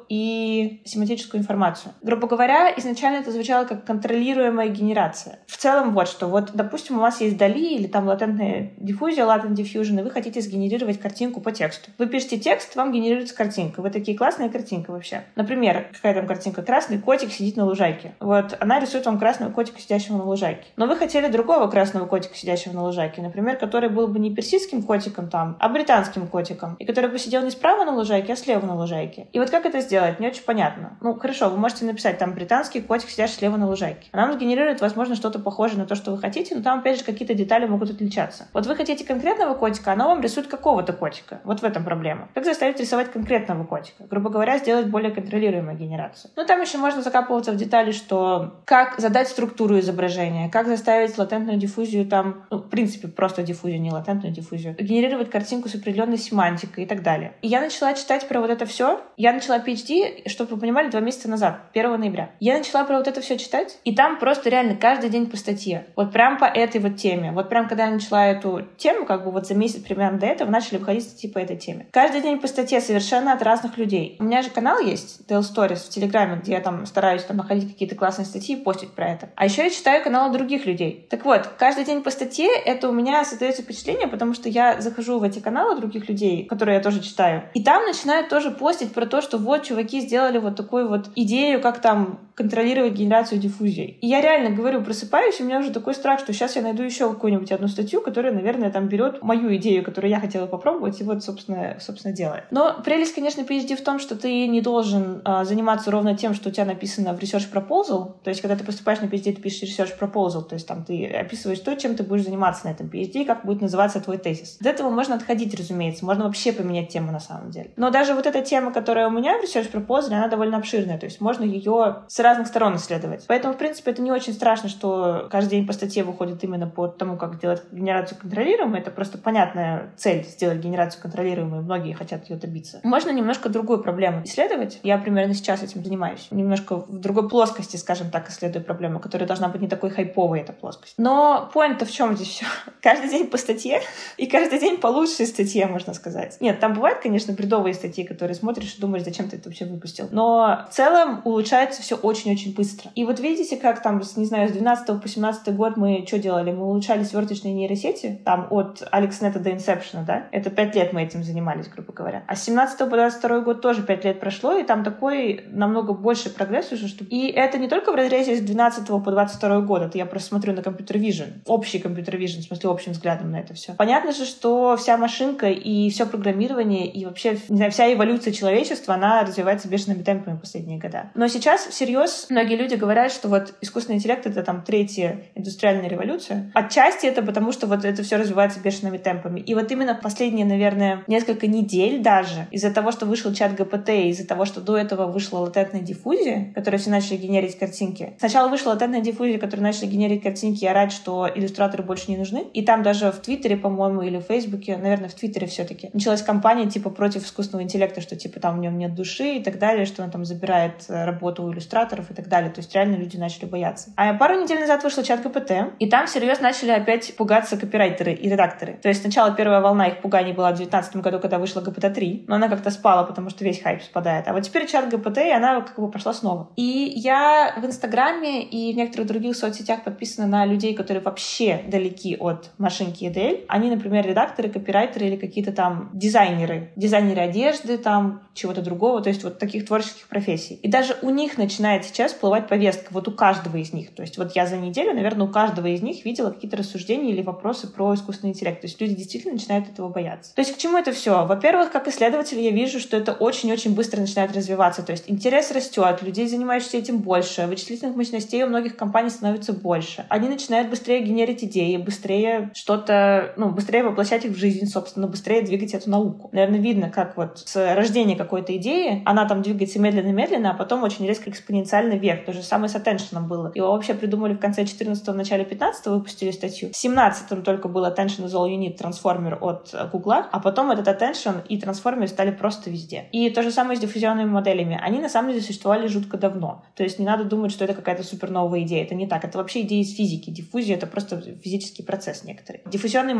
и семантическую информацию». Грубо говоря, изначально это звучало как контролируемая генерация. В целом вот что. Вот, допустим, у вас есть Дали или там латентная диффузия, latent diffusion, и вы хотите сгенерировать картинку по тексту. Вы пишете текст, вам генерируется картинка. Вы такие: классная картинка вообще. Например, какая там картинка? Красный котик сидит на лужайке. Вот она рисует вам красного котика, сидящего на лужайке. Но вы хотели другого красного котика, сидящего на лужайке, например, который был бы не персидским котиком там, а британским котиком, и который бы сидел не справа на лужайке, а слева на лужайке. И вот как это сделать? Не очень понятно. Ну, хорошо, вы можете написать там британский котик, сидящий слева на лужайке. Она вам сгенерирует, возможно, что-то похожее на то, что вы хотите, но там, опять же, какие-то детали могут отличаться. Вот вы хотите конкретного котика, она вам рисует какого-то котика. Вот в этом проблема. Как заставить рисовать конкретного котика? Грубо говоря, сделать более контролируемую генерацию. Ну, там еще можно закапываться в детали, что как задать структуру изображения, как заставить латентную диффузию там, ну, в принципе, просто диффузию, не латентную диффузию, генерировать картинку с определенной семантикой и так далее. И я начала читать про вот это все. Я начала пи эйч ди, чтобы вы понимали, два месяца назад, первого ноября. Я начала про вот это все читать, и там просто реально каждый день по статье. Вот прям по этой вот теме. Вот прям когда я начала эту тему, как бы вот за месяц примерно до этого начали выходить статьи по этой теме. Каждый день по статье совершенно от разных людей. У меня же канал есть, Tell Stories в Телеграме, где я там стараюсь там находить какие-то классные статьи и постить про это. А еще я читаю каналы других людей. Так вот, каждый день по статье это у меня создается впечатление, потому что я захожу в эти каналы других людей, которые я тоже читаю, и там начинают тоже постить про то, что вот чуваки сделали вот такую вот идею, как там контролировать генерацию диффузии. И я реально говорю, просыпаюсь, и у меня уже такой страх, что сейчас я найду еще какую-нибудь одну статью, которая, наверное, там берет мою идею, которую я хотела попробовать, и вот, собственно, собственно делает. Но прелесть, конечно, пи эйч ди в том, что ты не должен а, заниматься ровно тем, что у тебя написано в Research Proposal. То есть, когда ты поступаешь на пи эйч ди, ты пишешь Research Proposal, то есть там ты описываешь то, чем ты будешь заниматься на этом пи эйч ди, как будет называться твой тезис. От этого можно отходить, разумеется, можно вообще поменять тему на самом деле. Но даже вот эта тема, которая у меня в Research Proposal, она довольно обширная, то есть можно ее с разных сторон исследовать. Поэтому, в принципе, это не очень страшно, что каждый день по статье выходит именно по тому, как сделать генерацию контролируемой. Это просто понятная цель — сделать генерацию контролируемой, многие хотят ее добиться. Можно немножко другую проблему исследовать. Я примерно сейчас этим занимаюсь. Немножко в другой плоскости, скажем так, исследую проблему, которая должна быть не такой хайповой, эта плоскость. Но point-то в чем здесь все? Каждый день по статье, и каждый день по лучшей статье, можно сказать. Нет, там бывают, конечно, бредовые статьи, которые смотришь и думаешь, зачем ты это вообще выпустил. Но в целом улучшается все очень-очень быстро. И вот видите, как там, не знаю, с двенадцатого по семнадцатый год мы что делали? Мы улучшали сверточные нейросети, там от AlexNet до Inception, да? Это пять лет мы этим занимались, грубо говоря. А с семнадцатого по двадцать второй год тоже пять лет прошло, и там такой намного больше прогресс уже. Что... И это не только в разрезе с двенадцатого по двадцать второй год, это я просто смотрю на компьютер vision, общий компьютер vision, в смысле общим взглядом на это все. Понятно же, что вся машинка и все программирование, и вообще, не знаю, вся эволюция человечества, она развивается бешеными темпами в последние года. Но сейчас всерьез многие люди говорят, что вот искусственный интеллект — это там третья индустриальная революция. Отчасти это потому, что вот это все развивается бешеными темпами. И вот именно в последние, наверное, несколько недель даже, из-за того, что вышел чат джи пи ти, из-за того, что до этого вышла латентная диффузия, которая все начали генерить картинки. Сначала вышла латентная диффузия, которая начали генерить картинки и орать, что иллюстраторы больше не нужны. И там даже в Твиттере, по-моему, или в Фейсбуке, наверное, в Твиттере все-таки, началась кампания типа против искусственного интеллекта, что типа там в нем нет души и так далее, что он там забирает работу у иллюстраторов и так далее. То есть реально люди начали бояться. А пару недель назад вышел чат джи пи ти, и там всерьез начали опять пугаться копирайтеры и редакторы. То есть сначала первая волна их пуганий была в две тысячи девятнадцатом году, когда вышла джи пи ти три, но она как-то спала, потому что весь хайп спадает. А вот теперь чат джи пи ти, и она как бы пошла снова. И я в Инстаграме и в некоторых других соцсетях подписана на людей, которые вообще далеки от машинки и ди эл. Они, например, редакторы, копирайтеры или какие-то там дизайнеры. Дизайнеры одежды, там чего-то другого, то есть вот таких творческих профессий. И даже у них начинает сейчас всплывать повестка, вот у каждого из них. То есть вот я за неделю, наверное, у каждого из них видела какие-то рассуждения или вопросы про искусственный интеллект. То есть люди действительно начинают этого бояться. То есть к чему это все? Во-первых, как исследователь я вижу, что это очень-очень быстро начинает развиваться. То есть интерес растет, людей, занимающихся этим, больше, вычислительных мощностей у многих компаний становится больше. Они начинают бысрее генерить идеи, быстрее что-то, ну, быстрее воплощать их в жизнь, собственно, быстрее двигать эту науку. Наверное, видно, как вот с рождения какой-то идеи, она там двигается медленно-медленно, а потом очень резко экспоненциально вверх. То же самое с attention было. Его вообще придумали в конце четырнадцатого, в начале пятнадцатого, выпустили статью. В семнадцатом только был attention is all you need, трансформер от Гугла, а потом этот attention и трансформер стали просто везде. И то же самое с диффузионными моделями. Они на самом деле существовали жутко давно. То есть не надо думать, что это какая-то супер новая идея. Это не так. Это вообще идея из физики. Диффузия — это просто физический процесс некоторый. Диффузионные модели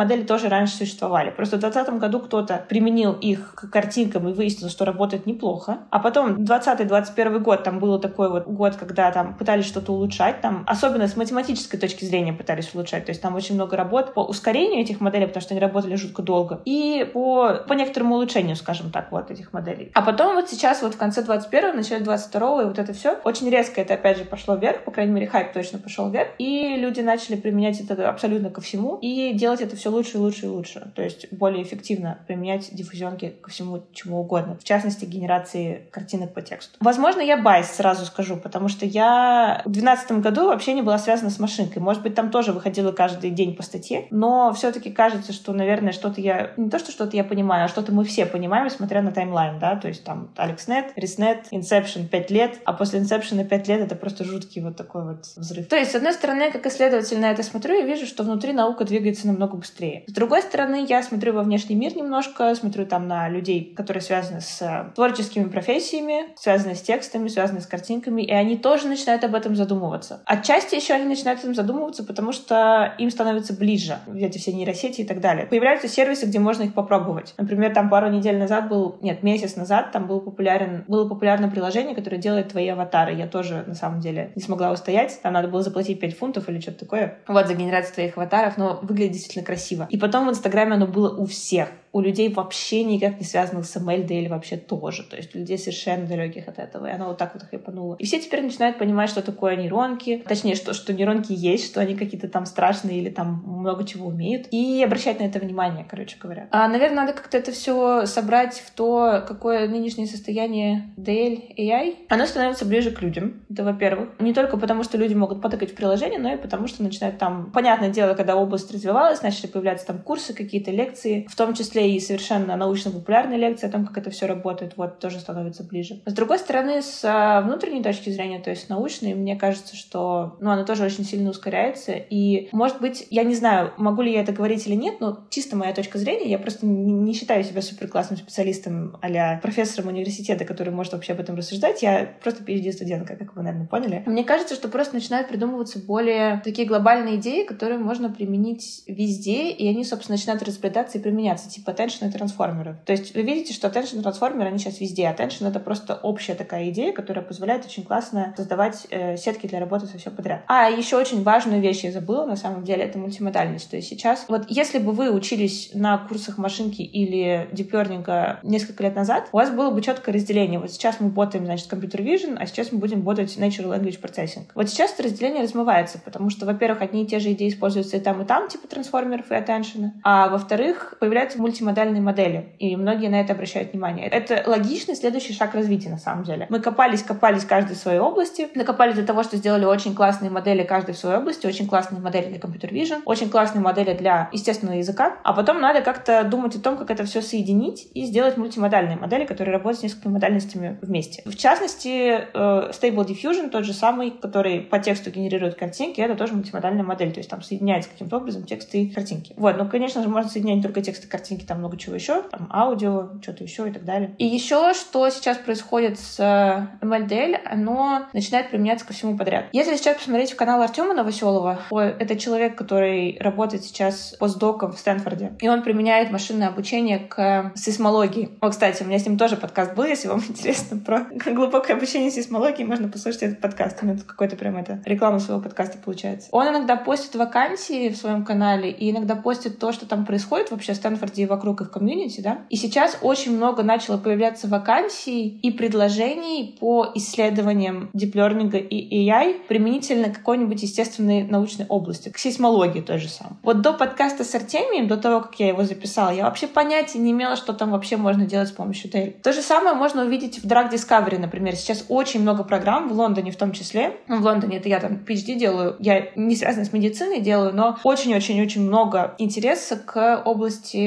модели тоже раньше существовали. Просто в двадцатом году кто-то применил их к картинкам и выяснил, что работает неплохо. А потом двадцатый двадцать первый год, там был такой вот год, когда там пытались что-то улучшать, там особенно с математической точки зрения пытались улучшать. То есть там очень много работ по ускорению этих моделей, потому что они работали жутко долго, и по, по некоторому улучшению, скажем так, вот этих моделей. А потом вот сейчас вот в конце двадцать первого, начале двадцать второго, и вот это все очень резко это опять же пошло вверх, по крайней мере хайп точно пошел вверх, и люди начали применять это абсолютно ко всему и делать это все лучше и лучше и лучше. То есть более эффективно применять диффузионки ко всему чему угодно, в частности генерации картинок по тексту. Возможно, я байс, сразу скажу, потому что я в двенадцатом году вообще не была связана с машинкой. Может быть, там тоже выходила каждый день по статье, но все-таки кажется, что, наверное, что-то я... Не то, что что-то я понимаю, а что-то мы все понимаем, смотря на таймлайн, да, то есть там AlexNet, ResNet, Inception пять лет, а после Inception пять лет это просто жуткий вот такой вот взрыв. То есть, с одной стороны, как исследователь на это смотрю и вижу, что внутри наука двигается намного быстрее. С другой стороны, я смотрю во внешний мир немножко, смотрю там на людей, которые связаны с творческими профессиями, связаны с текстами, связаны с картинками, и они тоже начинают об этом задумываться. Отчасти еще они начинают об этом задумываться, потому что им становится ближе эти все нейросети и так далее. Появляются сервисы, где можно их попробовать. Например, там пару недель назад был, нет, месяц назад там был популярен, было популярное приложение, которое делает твои аватары. Я тоже, на самом деле, не смогла устоять. Там надо было заплатить пять фунтов или что-то такое. Вот, за генерацию твоих аватаров, но выглядит действительно красиво. И потом в Инстаграме оно было у всех. У людей вообще никак не связанных с эм эл, да или вообще тоже. То есть у людей совершенно далеких от этого. И оно вот так вот хайпануло. И все теперь начинают понимать, что такое нейронки. Точнее, что, что нейронки есть, что они какие-то там страшные или там много чего умеют. И обращать на это внимание, короче говоря. А, наверное, надо как-то это все собрать в то, какое нынешнее состояние ди эл эй ай. Оно становится ближе к людям. Это, во-первых. Не только потому, что люди могут потыкать в приложение, но и потому, что начинают там... Понятное дело, когда область развивалась, начали появляться там курсы, какие-то лекции, в том числе и совершенно научно-популярные лекции о том, как это все работает, вот, тоже становится ближе. С другой стороны, с внутренней точки зрения, то есть научной, мне кажется, что, ну, она тоже очень сильно ускоряется, и, может быть, я не знаю, могу ли я это говорить или нет, но чисто моя точка зрения, я просто не, не считаю себя суперклассным специалистом а-ля профессором университета, который может вообще об этом рассуждать, я просто пи эйч ди-студентка, как вы, наверное, поняли. Мне кажется, что просто начинают придумываться более такие глобальные идеи, которые можно применить везде, и они, собственно, начинают разбредаться и применяться, типа attention и трансформеры. То есть вы видите, что attention и трансформеры, они сейчас везде. Attention — это просто общая такая идея, которая позволяет очень классно создавать э, сетки для работы со всем подряд. А еще очень важную вещь я забыла, на самом деле, это мультимодальность. То есть сейчас, вот если бы вы учились на курсах машинки или дипленинга несколько лет назад, у вас было бы четкое разделение. Вот сейчас мы ботаем, значит, computer vision, а сейчас мы будем ботать natural language processing. Вот сейчас это разделение размывается, потому что, во-первых, одни и те же идеи используются и там, и там, типа трансформеров и attention, а во-вторых, появляются мультимодальные модели, и многие на это обращают внимание. Это логичный следующий шаг развития, на самом деле. Мы копались, копались каждый в своей области, накопались до того, что сделали очень классные модели каждый в своей области, очень классные модели для computer vision, очень классные модели для естественного языка, а потом надо как-то думать о том, как это все соединить и сделать мультимодальные модели, которые работают с несколькими модальностями вместе. В частности, Stable Diffusion, тот же самый, который по тексту генерирует картинки, это тоже мультимодальная модель, то есть там соединяется каким-то образом текст и картинки. Вот, ну, конечно же, можно соединять не только текст и картинки, там много чего еще, там аудио, что-то еще и так далее. И еще, что сейчас происходит с эм эл ди эл, оно начинает применяться ко всему подряд. Если сейчас посмотреть в канал Артема Новоселова, это человек, который работает сейчас постдоком в Стэнфорде, и он применяет машинное обучение к сейсмологии. О, кстати, у меня с ним тоже подкаст был, если вам интересно про глубокое обучение сейсмологии, можно послушать этот подкаст. У меня тут какой-то прям это реклама своего подкаста получается. Он иногда постит вакансии в своем канале и иногда постит то, что там происходит вообще в Стэнфорде и вокруг их комьюнити, да. И сейчас очень много начало появляться вакансий и предложений по исследованиям дип-лернинга и эй ай применительно к какой-нибудь естественной научной области, к сейсмологии той же самой. Вот до подкаста с Артемием, до того, как я его записала, я вообще понятия не имела, что там вообще можно делать с помощью ди эл. То же самое можно увидеть в Drug Discovery, например. Сейчас очень много программ, в Лондоне в том числе. Ну, в Лондоне это я там пи эйч ди делаю, я не связана с медициной делаю, но очень-очень-очень много интереса к области медицины,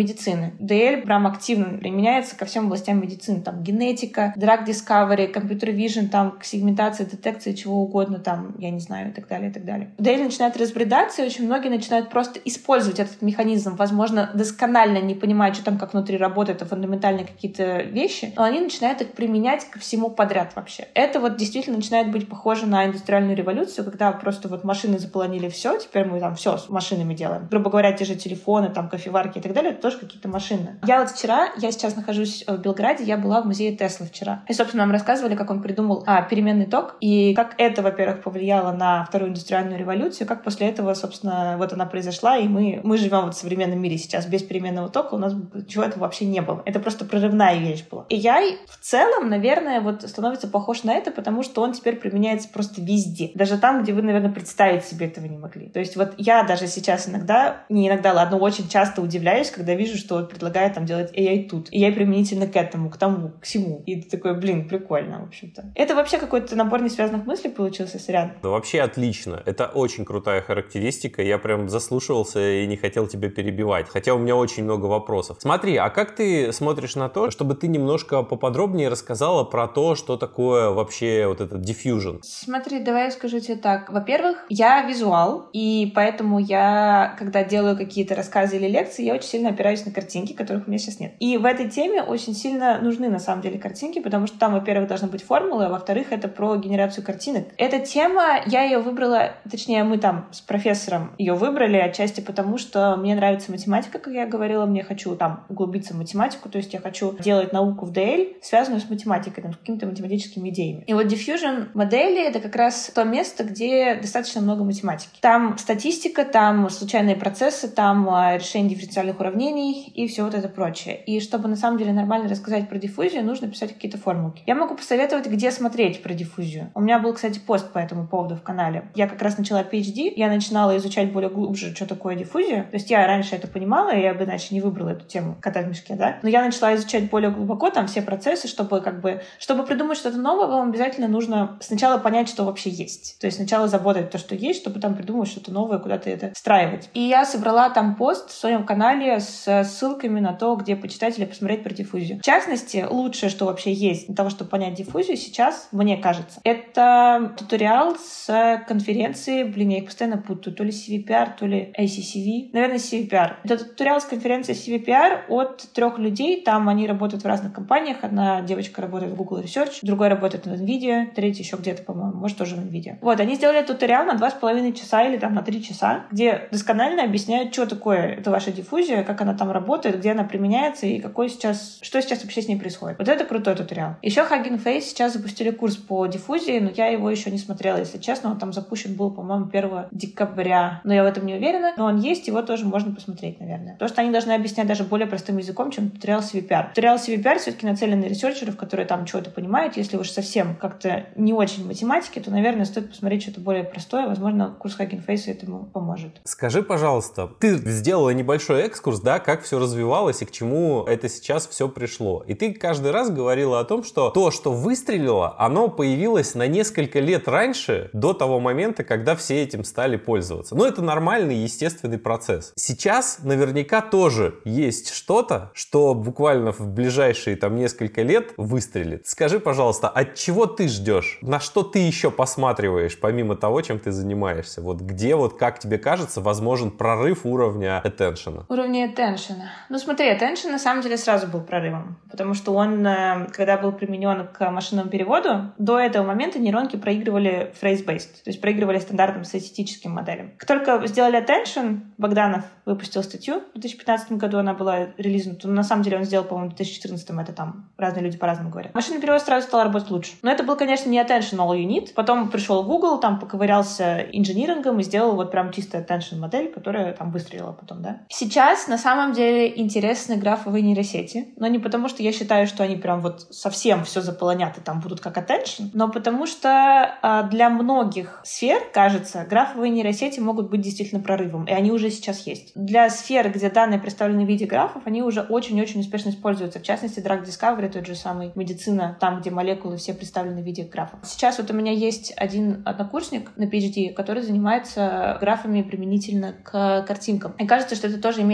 медицины. ди эл прям активно применяется ко всем областям медицины. Там генетика, drug discovery, computer vision, там сегментация, детекция, чего угодно, там, я не знаю, и так далее, и так далее. ди эл начинает разбредаться, и очень многие начинают просто использовать этот механизм. Возможно, досконально не понимают, что там как внутри работает, а фундаментальные какие-то вещи, но они начинают их применять ко всему подряд вообще. Это вот действительно начинает быть похоже на индустриальную революцию, когда просто вот машины заполонили все, теперь мы там все с машинами делаем. Грубо говоря, те же телефоны, там, кофеварки и так далее, это тоже какие-то машины. Я вот вчера, я сейчас нахожусь в Белграде, я была в музее Теслы вчера. И, собственно, нам рассказывали, как он придумал а, переменный ток, и как это, во-первых, повлияло на вторую индустриальную революцию, как после этого, собственно, вот она произошла, и мы, мы живем вот в современном мире сейчас. Без переменного тока у нас чего этого вообще не было. Это просто прорывная вещь была. И я в целом, наверное, вот становится похож на это, потому что он теперь применяется просто везде. Даже там, где вы, наверное, представить себе этого не могли. То есть вот я даже сейчас иногда, не иногда, ладно, очень часто удивляюсь, когда вижу, что вот предлагают там делать эй ай тут. И я применительно к этому, к тому, к всему. И ты такой, блин, прикольно, в общем-то. Это вообще какой-то набор несвязанных мыслей получился, сорян. Да вообще отлично. Это очень крутая характеристика. Я прям заслушивался и не хотел тебя перебивать. Хотя у меня очень много вопросов. Смотри, а как ты смотришь на то, чтобы ты немножко поподробнее рассказала про то, что такое вообще вот этот diffusion? Смотри, давай я скажу тебе так. Во-первых, я визуал, и поэтому я, когда делаю какие-то рассказы или лекции, я очень сильно опираюсь на картинки, которых у меня сейчас нет. И в этой теме очень сильно нужны, на самом деле, картинки, потому что там, во-первых, должны быть формулы, а во-вторых, это про генерацию картинок. Эта тема, я ее выбрала, точнее, мы там с профессором ее выбрали, отчасти потому, что мне нравится математика, как я говорила, мне хочу там углубиться в математику, то есть я хочу делать науку в ди эл, связанную с математикой, там, с какими-то математическими идеями. И вот diffusion модели — это как раз то место, где достаточно много математики. Там статистика, там случайные процессы, там решение дифференциальных уравнений и все вот это прочее. И чтобы на самом деле нормально рассказать про диффузию, нужно писать какие-то формулки. Я могу посоветовать, где смотреть про диффузию. У меня был, кстати, пост по этому поводу в канале. Я как раз начала пи эйч ди, я начинала изучать более глубже, что такое диффузия. То есть я раньше это понимала, и я бы иначе не выбрала эту тему кота в мешке, да? Но я начала изучать более глубоко там все процессы, чтобы как бы, чтобы придумать что-то новое, вам обязательно нужно сначала понять, что вообще есть. То есть сначала заботать то, что есть, чтобы там придумать что-то новое, куда-то это встраивать. И я собрала там пост в своем канале с ссылками на то, где почитать или посмотреть про диффузию. В частности, лучшее, что вообще есть для того, чтобы понять диффузию сейчас, мне кажется, это туториал с конференции, блин, я их постоянно путаю, то ли си ви пи ар, то ли эй си си ви, наверное, си ви пи ар. Это туториал с конференции си ви пи ар от трех людей, там они работают в разных компаниях, одна девочка работает в Google Research, другая работает в NVIDIA, третья еще где-то, по-моему, может, тоже в NVIDIA. Вот, они сделали туториал на два с половиной часа или там на три часа, где досконально объясняют, что такое это ваша диффузия, как она там работает, где она применяется и какой сейчас, что сейчас вообще с ней происходит. Вот это крутой туториал. Еще Hugging Face сейчас запустили курс по диффузии, но я его еще не смотрела, если честно. Он там запущен был, по-моему, первого декабря, но я в этом не уверена. Но он есть, его тоже можно посмотреть, наверное. То, что они должны объяснять даже более простым языком, чем туториал си ви пи ар. Туториал си ви пи ар все-таки нацелен на ресерчеров, которые там чего-то понимают. Если уж совсем как-то не очень в математике, то, наверное, стоит посмотреть что-то более простое. Возможно, курс Hugging Face этому поможет. Скажи, пожалуйста, ты сделала небольшой экскурс, да, как все развивалось и к чему это сейчас все пришло. И ты каждый раз говорила о том, что то, что выстрелило, оно появилось на несколько лет раньше, до того момента, когда все этим стали пользоваться. Но это нормальный, естественный процесс. Сейчас наверняка тоже есть что-то, что буквально в ближайшие там несколько лет выстрелит. Скажи, пожалуйста, от чего ты ждешь? На что ты еще посматриваешь, помимо того, чем ты занимаешься? Вот где, вот как тебе кажется, возможен прорыв уровня attention? Уровня attention. Ну смотри, attention на самом деле сразу был прорывом, потому что он, когда был применен к машинному переводу, до этого момента нейронки проигрывали phrase-based, то есть проигрывали стандартным статистическим моделям. Как только сделали attention, Богданов выпустил статью в две тысячи пятнадцатом году, она была релизна, на самом деле он сделал, по-моему, в две тысячи четырнадцатом, это там разные люди по-разному говорят. Машинный перевод сразу стал работать лучше. Но это был, конечно, не attention all you need. Потом пришел Google, там поковырялся инжинирингом и сделал вот прям чисто attention модель, которая там выстрелила потом, да. Сейчас на самом деле интересны графовые нейросети, но не потому, что я считаю, что они прям вот совсем все заполонят и там будут как attention, но потому что а, для многих сфер, кажется, графовые нейросети могут быть действительно прорывом, и они уже сейчас есть. Для сфер, где данные представлены в виде графов, они уже очень-очень успешно используются. В частности, drug discovery, тот же самый медицина, там, где молекулы все представлены в виде графов. Сейчас вот у меня есть один однокурсник на пи эйч ди, который занимается графами применительно к картинкам. И кажется, что это тоже имеет некоторый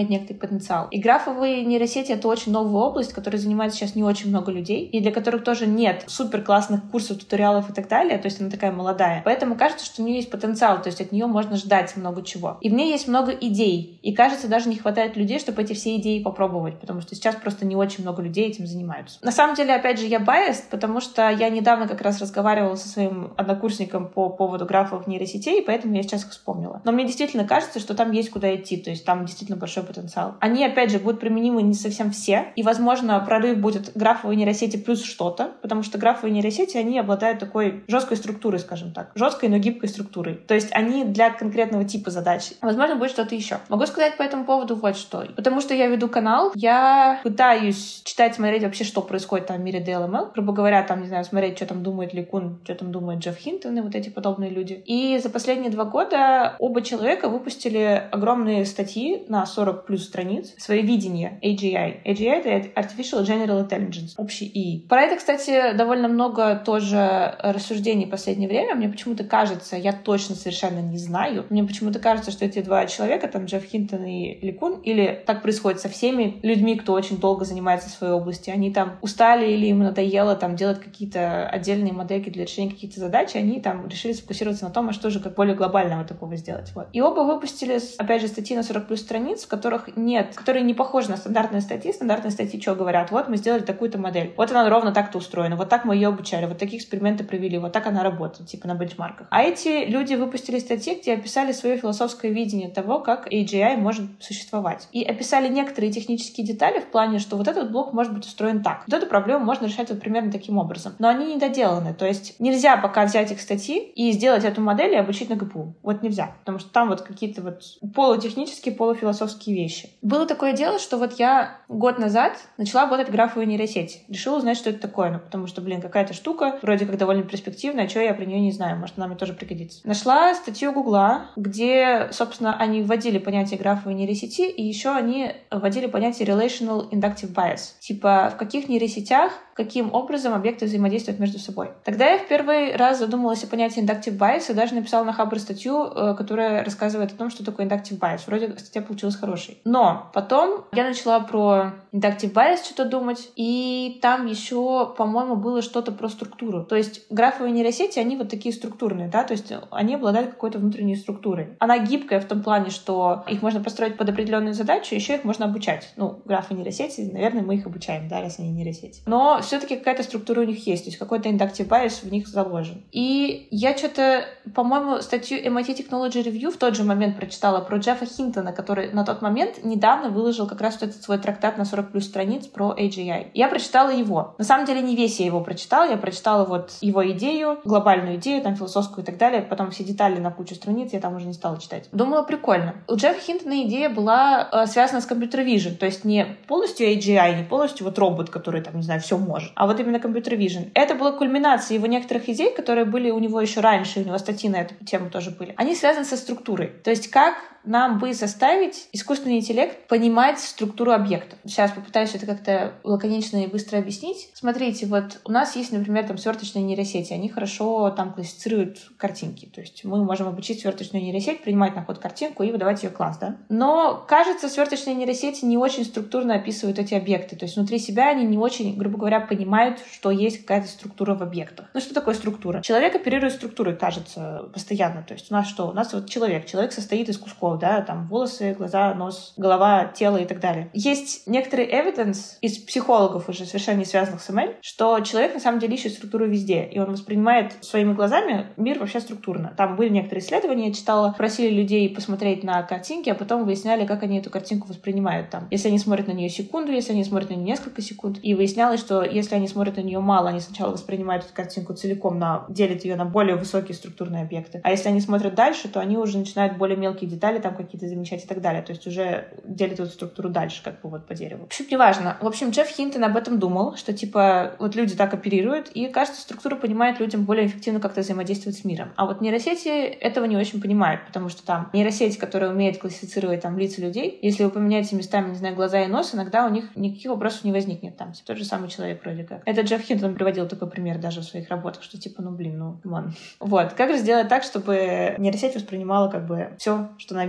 потенциал. И графовые нейросети — это очень новая область, которой занимается сейчас не очень много людей, и для которых тоже нет супер классных курсов, туториалов и так далее, то есть она такая молодая. Поэтому кажется, что у нее есть потенциал, то есть от нее можно ждать много чего. И в ней есть много идей, и кажется, даже не хватает людей, чтобы эти все идеи попробовать, потому что сейчас просто не очень много людей этим занимаются. На самом деле, опять же, я biased, потому что я недавно как раз разговаривала со своим однокурсником по поводу графовых нейросетей, поэтому я сейчас их вспомнила. Но мне действительно кажется, что там есть куда идти, то есть там действительно большой потенциал. Они, опять же, будут применимы не совсем все, и, возможно, прорыв будет графовые нейросети плюс что-то, потому что графовые нейросети, они обладают такой жесткой структурой, скажем так, жесткой, но гибкой структурой. То есть они для конкретного типа задач. Возможно, будет что-то еще. Могу сказать по этому поводу вот что. Потому что я веду канал, я пытаюсь читать, смотреть вообще, что происходит там в мире ди эл эм эл. Грубо говоря, там, не знаю, смотреть, что там думает Ли Кун, что там думает Джефф Хинтон и вот эти подобные люди. И за последние два года оба человека выпустили огромные статьи на сорок плюс страниц, свои видения эй джи ай. эй джи ай — это Artificial General Intelligence, общий и и. Про это, кстати, довольно много тоже рассуждений в последнее время. Мне почему-то кажется, я точно совершенно не знаю, мне почему-то кажется, что эти два человека, там Джефф Хинтон и Ли Кун, или так происходит со всеми людьми, кто очень долго занимается в своей области, они там устали или им надоело там делать какие-то отдельные модельки для решения каких-то задач, и они там решили сфокусироваться на том, а что же как более глобального такого сделать. Вот. И оба выпустили, опять же, статьи на сорок плюс страниц, в которых нет, которые не похожи на стандартные статьи. Стандартные статьи что говорят? Вот мы сделали такую-то модель. Вот она ровно так-то устроена. Вот так мы ее обучали. Вот такие эксперименты провели. Вот так она работает, типа на бенчмарках. А эти люди выпустили статьи, где описали свое философское видение того, как эй джи ай может существовать. И описали некоторые технические детали в плане, что вот этот блок может быть устроен так. Вот эту проблему можно решать вот примерно таким образом. Но они не доделаны. То есть нельзя пока взять их статьи и сделать эту модель и обучить на гэ пэ у. Вот нельзя. Потому что там вот какие-то вот полутехнические, полуфилософские вещи. Было такое дело, что вот я год назад начала работать в графовой нейросети. Решила узнать, что это такое. Ну, потому что, блин, какая-то штука вроде как довольно перспективная, а что я про нее не знаю. Может, она мне тоже пригодится. Нашла статью Гугла, где, собственно, они вводили понятие графовой нейросети, и еще они вводили понятие relational inductive bias. Типа, в каких нейросетях каким образом объекты взаимодействуют между собой. Тогда я в первый раз задумалась о понятии inductive bias и даже написала на Хабр статью, которая рассказывает о том, что такое inductive bias. Вроде статья получилась хорошей. Но потом я начала про inductive bias что-то думать, и там еще, по-моему, было что-то про структуру. То есть графовые нейросети, они вот такие структурные, да, то есть они обладают какой-то внутренней структурой. Она гибкая в том плане, что их можно построить под определенную задачу, еще их можно обучать. Ну, графы нейросети, наверное, мы их обучаем, да, раз они нейросети. Но все-таки какая-то структура у них есть, то есть какой-то inductive bias в них заложен. И я что-то, по-моему, статью эм ай ти Technology Review в тот же момент прочитала про Джеффа Хинтона, который на тот момент недавно выложил как раз вот этот свой трактат на сорок плюс страниц про эй джи ай. Я прочитала его. На самом деле не весь я его прочитала, я прочитала вот его идею, глобальную идею, там философскую и так далее, потом все детали на кучу страниц я там уже не стала читать. Думала, прикольно. У Джеффа Хинтона идея была э, связана с компьютер вижн, то есть не полностью эй джи ай, не полностью вот робот, который там, не знаю, все может, а вот именно компьютер вижн. Это была кульминация его некоторых идей, которые были у него еще раньше, у него статьи на эту тему тоже были. Они связаны со структурой. То есть как нам бы заставить искусственный интеллект понимать структуру объектов. Сейчас попытаюсь это как-то лаконично и быстро объяснить. Смотрите, вот у нас есть, например, там сверточные нейросети. Они хорошо там классифицируют картинки. То есть мы можем обучить сверточную нейросеть, принимать на ход картинку и выдавать ее класс, да? Но, кажется, сверточные нейросети не очень структурно описывают эти объекты. То есть внутри себя они не очень, грубо говоря, понимают, что есть какая-то структура в объектах. Ну, что такое структура? Человек оперирует структурой, кажется, постоянно. То есть у нас что? У нас вот человек. Человек состоит из кусков, да, там волосы, глаза, нос, голова, тело и так далее. Есть некоторый evidence из психологов, уже совершенно не связанных с эм эл, что человек на самом деле ищет структуру везде, и он воспринимает своими глазами мир вообще структурно. Там были некоторые исследования, я читала, просили людей посмотреть на картинки, а потом выясняли, как они эту картинку воспринимают там. Если они смотрят на нее секунду, если они смотрят на нее несколько секунд, и выяснялось, что если они смотрят на нее мало, они сначала воспринимают эту картинку целиком, на, делят ее на более высокие структурные объекты, а если они смотрят дальше, то они уже начинают более мелкие детали там какие-то замечать и так далее. То есть уже делит эту структуру дальше, как бы вот по дереву. В общем, неважно. В общем, Джефф Хинтон об этом думал, что типа вот люди так оперируют, и кажется, структура понимает людям более эффективно как-то взаимодействовать с миром. А вот нейросети этого не очень понимают, потому что там нейросеть, которая умеет классифицировать там лица людей, если вы поменяете местами, не знаю, глаза и нос, иногда у них никаких вопросов не возникнет там. Тот же самый человек вроде как. Это Джефф Хинтон приводил такой пример даже в своих работах, что типа, ну блин, ну, ладно. Вот. Как же сделать так, чтобы нейросеть воспринимала как бы все, что она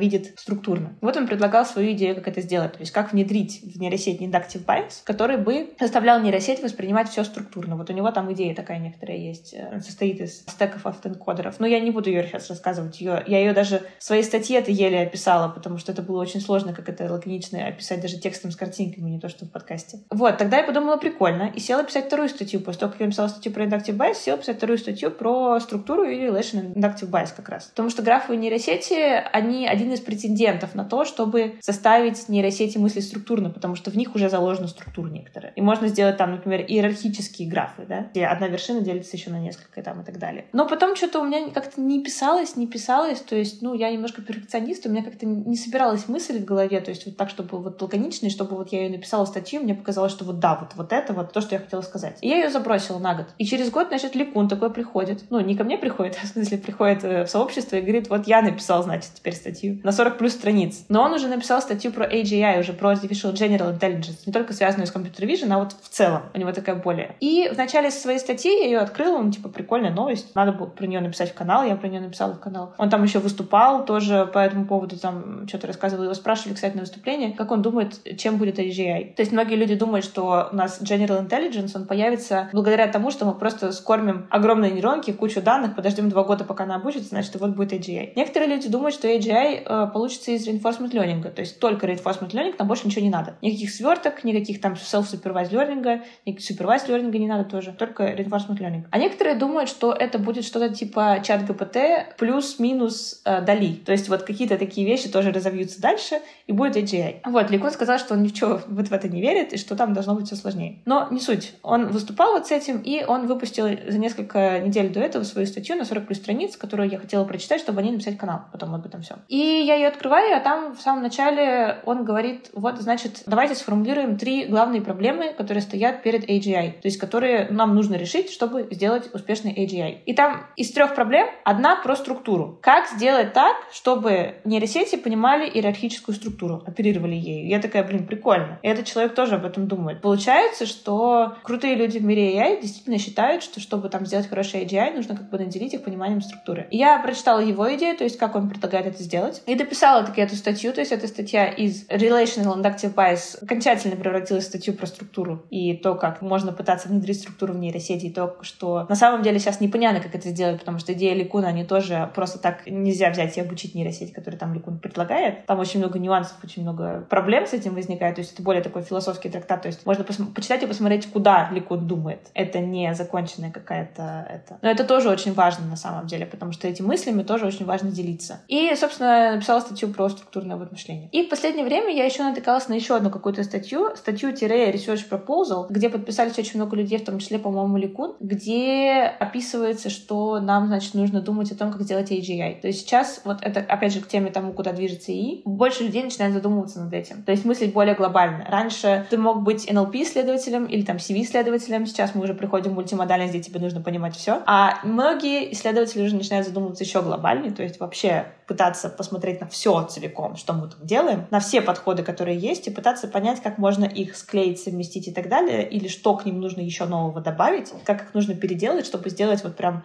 видит структурно. Вот он предлагал свою идею, как это сделать, то есть как внедрить в нейросеть inductive bias, который бы заставлял нейросеть воспринимать все структурно. Вот у него там идея такая некоторая есть, состоит из стеков автоэнкодеров. Но я не буду ее сейчас рассказывать. Ее, я ее даже в своей статье это еле описала, потому что это было очень сложно, как это лаконично описать даже текстом с картинками, не то что в подкасте. Вот, тогда я подумала, прикольно, и села писать вторую статью. После того, как я написала статью про inductive bias, села писать вторую статью про структуру и relation inductive bias как раз. Потому что графовые нейросети, они один из претендентов на то, чтобы составить нейросети мысли структурно, потому что в них уже заложена структура некоторая. И можно сделать там, например, иерархические графы, да, где одна вершина делится еще на несколько там и так далее. Но потом что-то у меня как-то не писалось, не писалось, то есть, ну, я немножко перфекционист, у меня как-то не собиралась мысль в голове, то есть вот так, чтобы вот лаконично, и чтобы вот я ее написала статью, мне показалось, что вот да, вот, вот это вот то, что я хотела сказать. И я ее забросила на год. И через год, значит, Ликун такой приходит. Ну, не ко мне приходит, а в смысле приходит в сообщество и говорит, вот я написал, значит, теперь статью на сорок плюс страниц. Но он уже написал статью про эй джей ай, уже про Artificial General Intelligence, не только связанную с Computer Vision, а вот в целом. У него такая более. И в начале своей статьи я ее открыла, он типа, прикольная новость, надо было про нее написать в канал, я про нее написала в канал. Он там еще выступал тоже по этому поводу, там что-то рассказывал, его спрашивали, кстати, на выступлении, как он думает, чем будет эй джей ай. То есть многие люди думают, что у нас General Intelligence, он появится благодаря тому, что мы просто скормим огромные нейронки, кучу данных, подождем два года, пока она обучится, значит, и вот будет эй джей ай. Некоторые люди думают, что эй джей ай э, получится из reinforcement learning, то есть только reinforcement learning, нам больше ничего не надо. Никаких сверток, никаких там self-supervised learning, никаких supervised learning не надо тоже, только reinforcement learning. А некоторые думают, что это будет что-то типа чат джи пи ти плюс-минус э, Дали. То есть вот какие-то такие вещи тоже разовьются дальше, и будет эй джей ай. Вот, Ликун сказал, что он ничего вот в это не верит, и что там должно быть все сложнее. Но не суть. Он выступал вот с этим, и он выпустил за несколько недель до этого свою статью на сорок плюс страниц, которую я хотела прочитать, чтобы о ней написать канал, потом об этом все. И я ее открываю, а там в самом начале он говорит, вот, значит, давайте сформулируем три главные проблемы, которые стоят перед эй джей ай, то есть которые нам нужно решить, чтобы сделать успешный эй джей ай. И там из трех проблем одна про структуру. Как сделать так, чтобы нейросети понимали иерархическую структуру, оперировали ею? Я такая, блин, прикольно. И этот человек тоже об этом думает. Получается, что крутые люди в мире эй ай действительно считают, что чтобы там сделать хороший эй джей ай, нужно как бы наделить их пониманием структуры. И я прочитала его идею, то есть как он предлагает это сделать, и дописала таки эту статью, то есть эта статья из Relational Inductive Bias окончательно превратилась в статью про структуру и то, как можно пытаться внедрить структуру в нейросети, и то, что на самом деле сейчас непонятно, как это сделать, потому что идея Ликуна, они тоже просто так нельзя взять и обучить нейросеть, которую там Ликун предлагает. Там очень много нюансов, очень много проблем с этим возникает, то есть это более такой философский трактат, то есть можно пос- почитать и посмотреть, куда Ликун думает. Это не законченная какая-то это. Но это тоже очень важно на самом деле, потому что этими мыслями тоже очень важно делиться. И, собственно, написала статью про структурное вот мышление. И в последнее время я еще натыкалась на еще одну какую-то статью, статью-research proposal, где подписались очень много людей, в том числе, по-моему, Ликун, где описывается, что нам, значит, нужно думать о том, как сделать эй джей ай. То есть сейчас, вот это, опять же, к теме тому, куда движется ИИ, больше людей начинают задумываться над этим. То есть мыслить более глобально. Раньше ты мог быть эн эл пи-исследователем или там си ви-исследователем, сейчас мы уже приходим в мультимодальность, где тебе нужно понимать все. А многие исследователи уже начинают задумываться еще глобальнее, то есть вообще пытаться посмотреть на все целиком, что мы тут делаем, на все подходы, которые есть, и пытаться понять, как можно их склеить, совместить и так далее, или что к ним нужно еще нового добавить, как их нужно переделать, чтобы сделать вот прям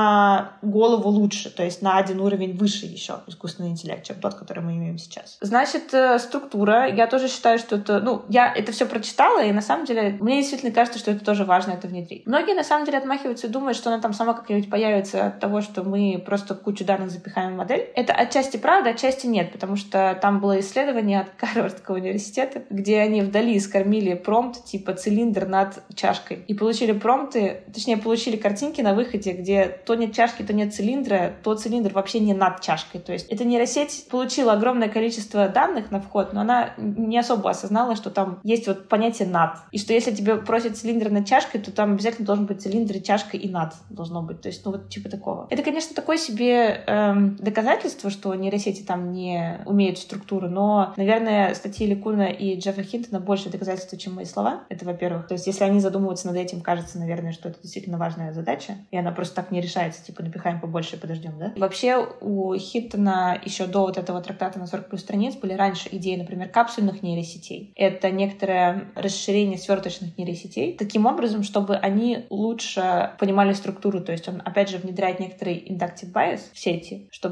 на голову лучше, то есть на один уровень выше еще искусственный интеллект, чем тот, который мы имеем сейчас. Значит, структура. Я тоже считаю, что это... Ну, я это все прочитала, и на самом деле мне действительно кажется, что это тоже важно, это внедрить. Многие на самом деле отмахиваются и думают, что она там сама как-нибудь появится от того, что мы просто кучу данных запихаем в модель. Это отчасти правда, отчасти нет, потому что там было исследование от Гарвардского университета, где они вдали скормили промпт типа цилиндр над чашкой. И получили промпты, точнее, получили картинки на выходе, где то нет чашки, то нет цилиндра, то цилиндр вообще не над чашкой. То есть эта нейросеть получила огромное количество данных на вход, но она не особо осознала, что там есть вот понятие над. И что если тебе просят цилиндр над чашкой, то там обязательно должен быть цилиндр и чашка и над должно быть. То есть, ну вот типа такого. Это, конечно, такое себе эм, доказательство, что нейросети там не умеют структуру, но, наверное, статьи Ликуна и Джеффа Хинтона больше доказательства, чем мои слова. Это, во-первых. То есть, если они задумываются над этим, кажется, наверное, что это действительно важная задача, и она просто так не решается, типа, напихаем побольше и подождем, да? И вообще, у Хинтона еще до вот этого трактата на сорок плюс страниц были раньше идеи, например, капсульных нейросетей. Это некоторое расширение сверточных нейросетей таким образом, чтобы они лучше понимали структуру. То есть он, опять же, внедряет некоторый inductive bias в сети, чтобы они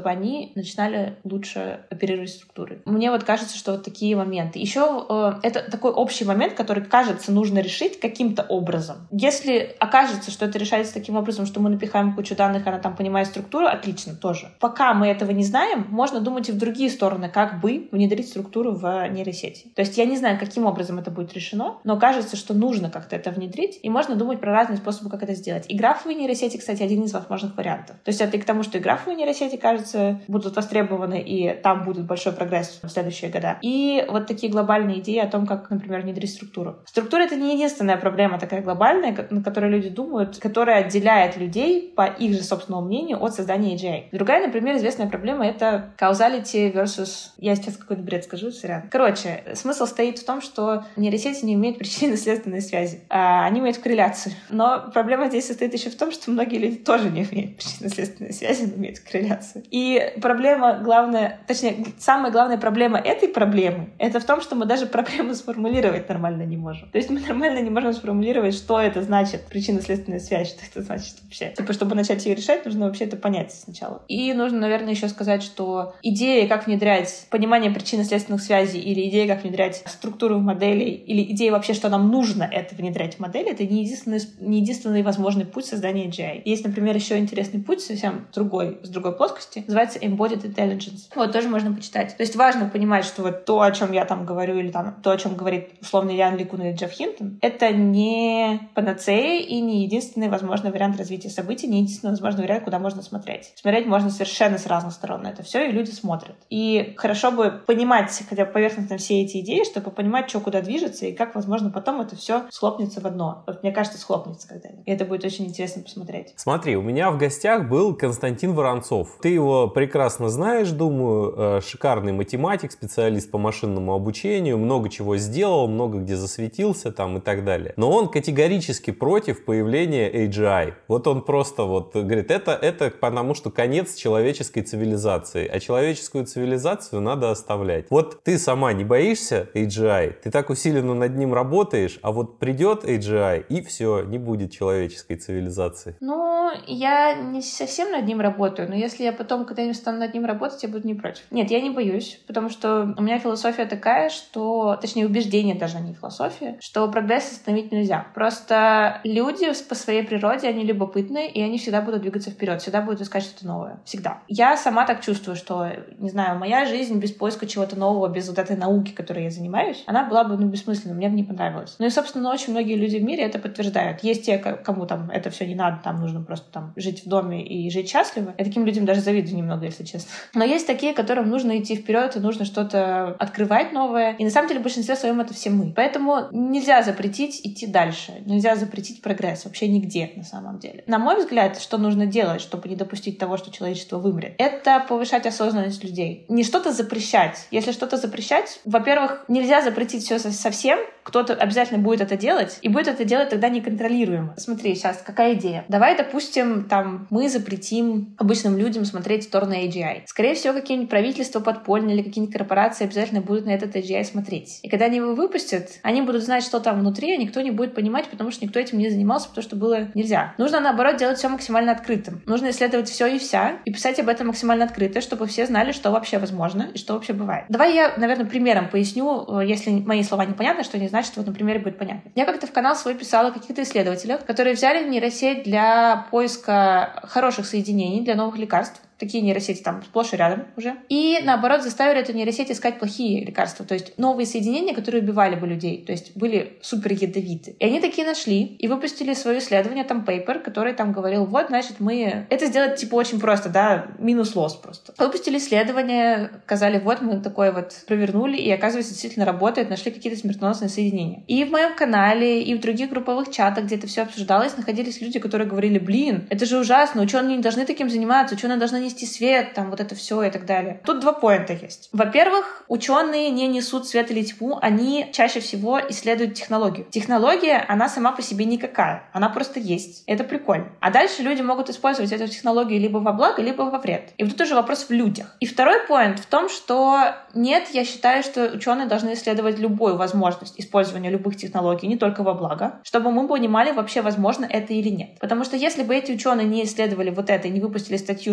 они начинали лучше оперировать структурой. Мне вот кажется, что вот такие моменты. Еще э, это такой общий момент, который, кажется, нужно решить каким-то образом. Если окажется, что это решается таким образом, что мы напихаем кучу данных, она там понимает структуру, отлично, тоже. Пока мы этого не знаем, можно думать и в другие стороны, как бы внедрить структуру в нейросети. То есть я не знаю, каким образом это будет решено, но кажется, что нужно как-то это внедрить, и можно думать про разные способы, как это сделать. И графовые нейросети, кстати, один из возможных вариантов. То есть это и к тому, что и графовые нейросети, кажется, будут востребованы, и там будет большой прогресс в следующие года. И вот такие глобальные идеи о том, как, например, внедрить структуру. Структура — это не единственная проблема такая глобальная, на которой люди думают, которая отделяет людей, по их же собственному мнению, от создания эй джи ай. Другая, например, известная проблема — это causality versus... Я сейчас какой-то бред скажу, сорян. Короче, смысл стоит в том, что нейросети не имеют причинно-следственной связи. А они имеют корреляцию. Но проблема здесь состоит еще в том, что многие люди тоже не имеют причинно-следственной связи, но имеют корреляцию. И проблема главная, точнее, самая главная проблема этой проблемы — это в том, что мы даже проблему сформулировать нормально не можем. То есть мы нормально не можем сформулировать, что это значит причинно-следственная связь, что это значит вообще. Типа, чтобы начать ее решать, нужно вообще это понять сначала. И нужно, наверное, еще сказать, что идея, как внедрять понимание причинно-следственных связей, или идея, как внедрять структуру в модели, или идея вообще, что нам нужно это внедрять в модели, это не единственный, не единственный возможный путь создания эй джи ай. Есть, например, еще интересный путь, совсем другой, с другой плоскости, называется Embodied Intelligence. Вот, тоже можно почитать. То есть важно понимать, что вот то, о чем я там говорю, или там то, о чем говорит условно Ян Ли Кун или Джефф Хинтон, это не панацея и не единственный возможный вариант развития событий, не единственный возможный вариант, куда можно смотреть. Смотреть можно совершенно с разных сторон на это все, и люди смотрят. И хорошо бы понимать хотя бы поверхностно все эти идеи, чтобы понимать, что куда движется, и как, возможно, потом это все схлопнется в одно. Вот мне кажется, схлопнется когда-нибудь. И это будет очень интересно посмотреть. Смотри, у меня в гостях был Константин Воронцов. Ты его прекрасно знаешь, думаю. Шикарный математик, специалист по машинному обучению, много чего сделал, много где засветился там и так далее. Но он категорически против появления эй джи ай. Вот он просто вот говорит, это, это потому что конец человеческой цивилизации, а человеческую цивилизацию надо оставлять. Вот ты сама не боишься эй джи ай? Ты так усиленно над ним работаешь, а вот придет эй джи ай, и все, не будет человеческой цивилизации. Ну, я не совсем над ним работаю, но если я потом когда-нибудь стану над ним работать, я буду не против. Нет, я не боюсь, потому что у меня философия такая, что, точнее, убеждение даже, а не философия, что прогресс остановить нельзя. Просто люди по своей природе, они любопытные, и они всегда будут двигаться вперед, всегда будут искать что-то новое. Всегда. Я сама так чувствую, что, не знаю, моя жизнь без поиска чего-то нового, без вот этой науки, которой я занимаюсь, она была бы, ну, бессмысленной, мне бы не понравилось. Ну и, собственно, очень многие люди в мире это подтверждают. Есть те, кому там это все не надо, там нужно просто там жить в доме и жить счастливо. Я таким людям даже завидую немного, если честно. Но есть такие, которым нужно идти вперед, и нужно что-то открывать новое. И на самом деле в большинстве своем это все мы. Поэтому нельзя запретить идти дальше. Нельзя запретить прогресс. Вообще нигде, на самом деле. На мой взгляд, что нужно делать, чтобы не допустить того, что человечество вымрет, это повышать осознанность людей. Не что-то запрещать. Если что-то запрещать, во-первых, нельзя запретить все совсем. Кто-то обязательно будет это делать, и будет это делать тогда неконтролируемо. Смотри, сейчас какая идея? Давай, допустим, там мы запретим обычным людям смотреть в сторону эй джи ай. Скорее всего, какие-нибудь правительства подпольные или какие-нибудь корпорации обязательно будут на этот эй джи ай смотреть. И когда они его выпустят, они будут знать, что там внутри, а никто не будет понимать, потому что никто этим не занимался, потому что было нельзя. Нужно, наоборот, делать все максимально открытым. Нужно исследовать все и вся, и писать об этом максимально открыто, чтобы все знали, что вообще возможно и что вообще бывает. Давай я, наверное, примером поясню, если мои слова непонятны, что не значит, вот на примере будет понятно. Я как-то в канал свой писала о каких-то исследователях, которые взяли нейросеть для поиска хороших соединений, для новых лекарств. Такие нейросети там сплошь и рядом уже. И, наоборот, заставили эту нейросеть искать плохие лекарства. То есть новые соединения, которые убивали бы людей. То есть были супер ядовиты. И они такие нашли и выпустили свое исследование, там, пейпер, который там говорил, вот, значит, мы... Это сделать, типа, очень просто, да, минус лосс просто. Выпустили исследование, сказали, вот, мы такое вот провернули, и, оказывается, действительно работает, нашли какие-то смертоносные соединения. И в моем канале, и в других групповых чатах, где это все обсуждалось, находились люди, которые говорили, блин, это же ужасно, ученые не должны таким заниматься, ученые должны нести свет, там вот это все и так далее. Тут два поинта есть. Во-первых, ученые не несут свет или тьму, они чаще всего исследуют технологию. Технология, она сама по себе никакая, она просто есть. Это прикольно. А дальше люди могут использовать эту технологию либо во благо, либо во вред. И вот тут уже вопрос в людях. И второй поинт в том, что нет, я считаю, что ученые должны исследовать любую возможность использования любых технологий, не только во благо, чтобы мы понимали, вообще возможно это или нет. Потому что если бы эти ученые не исследовали вот это и не выпустили статью, чтобы все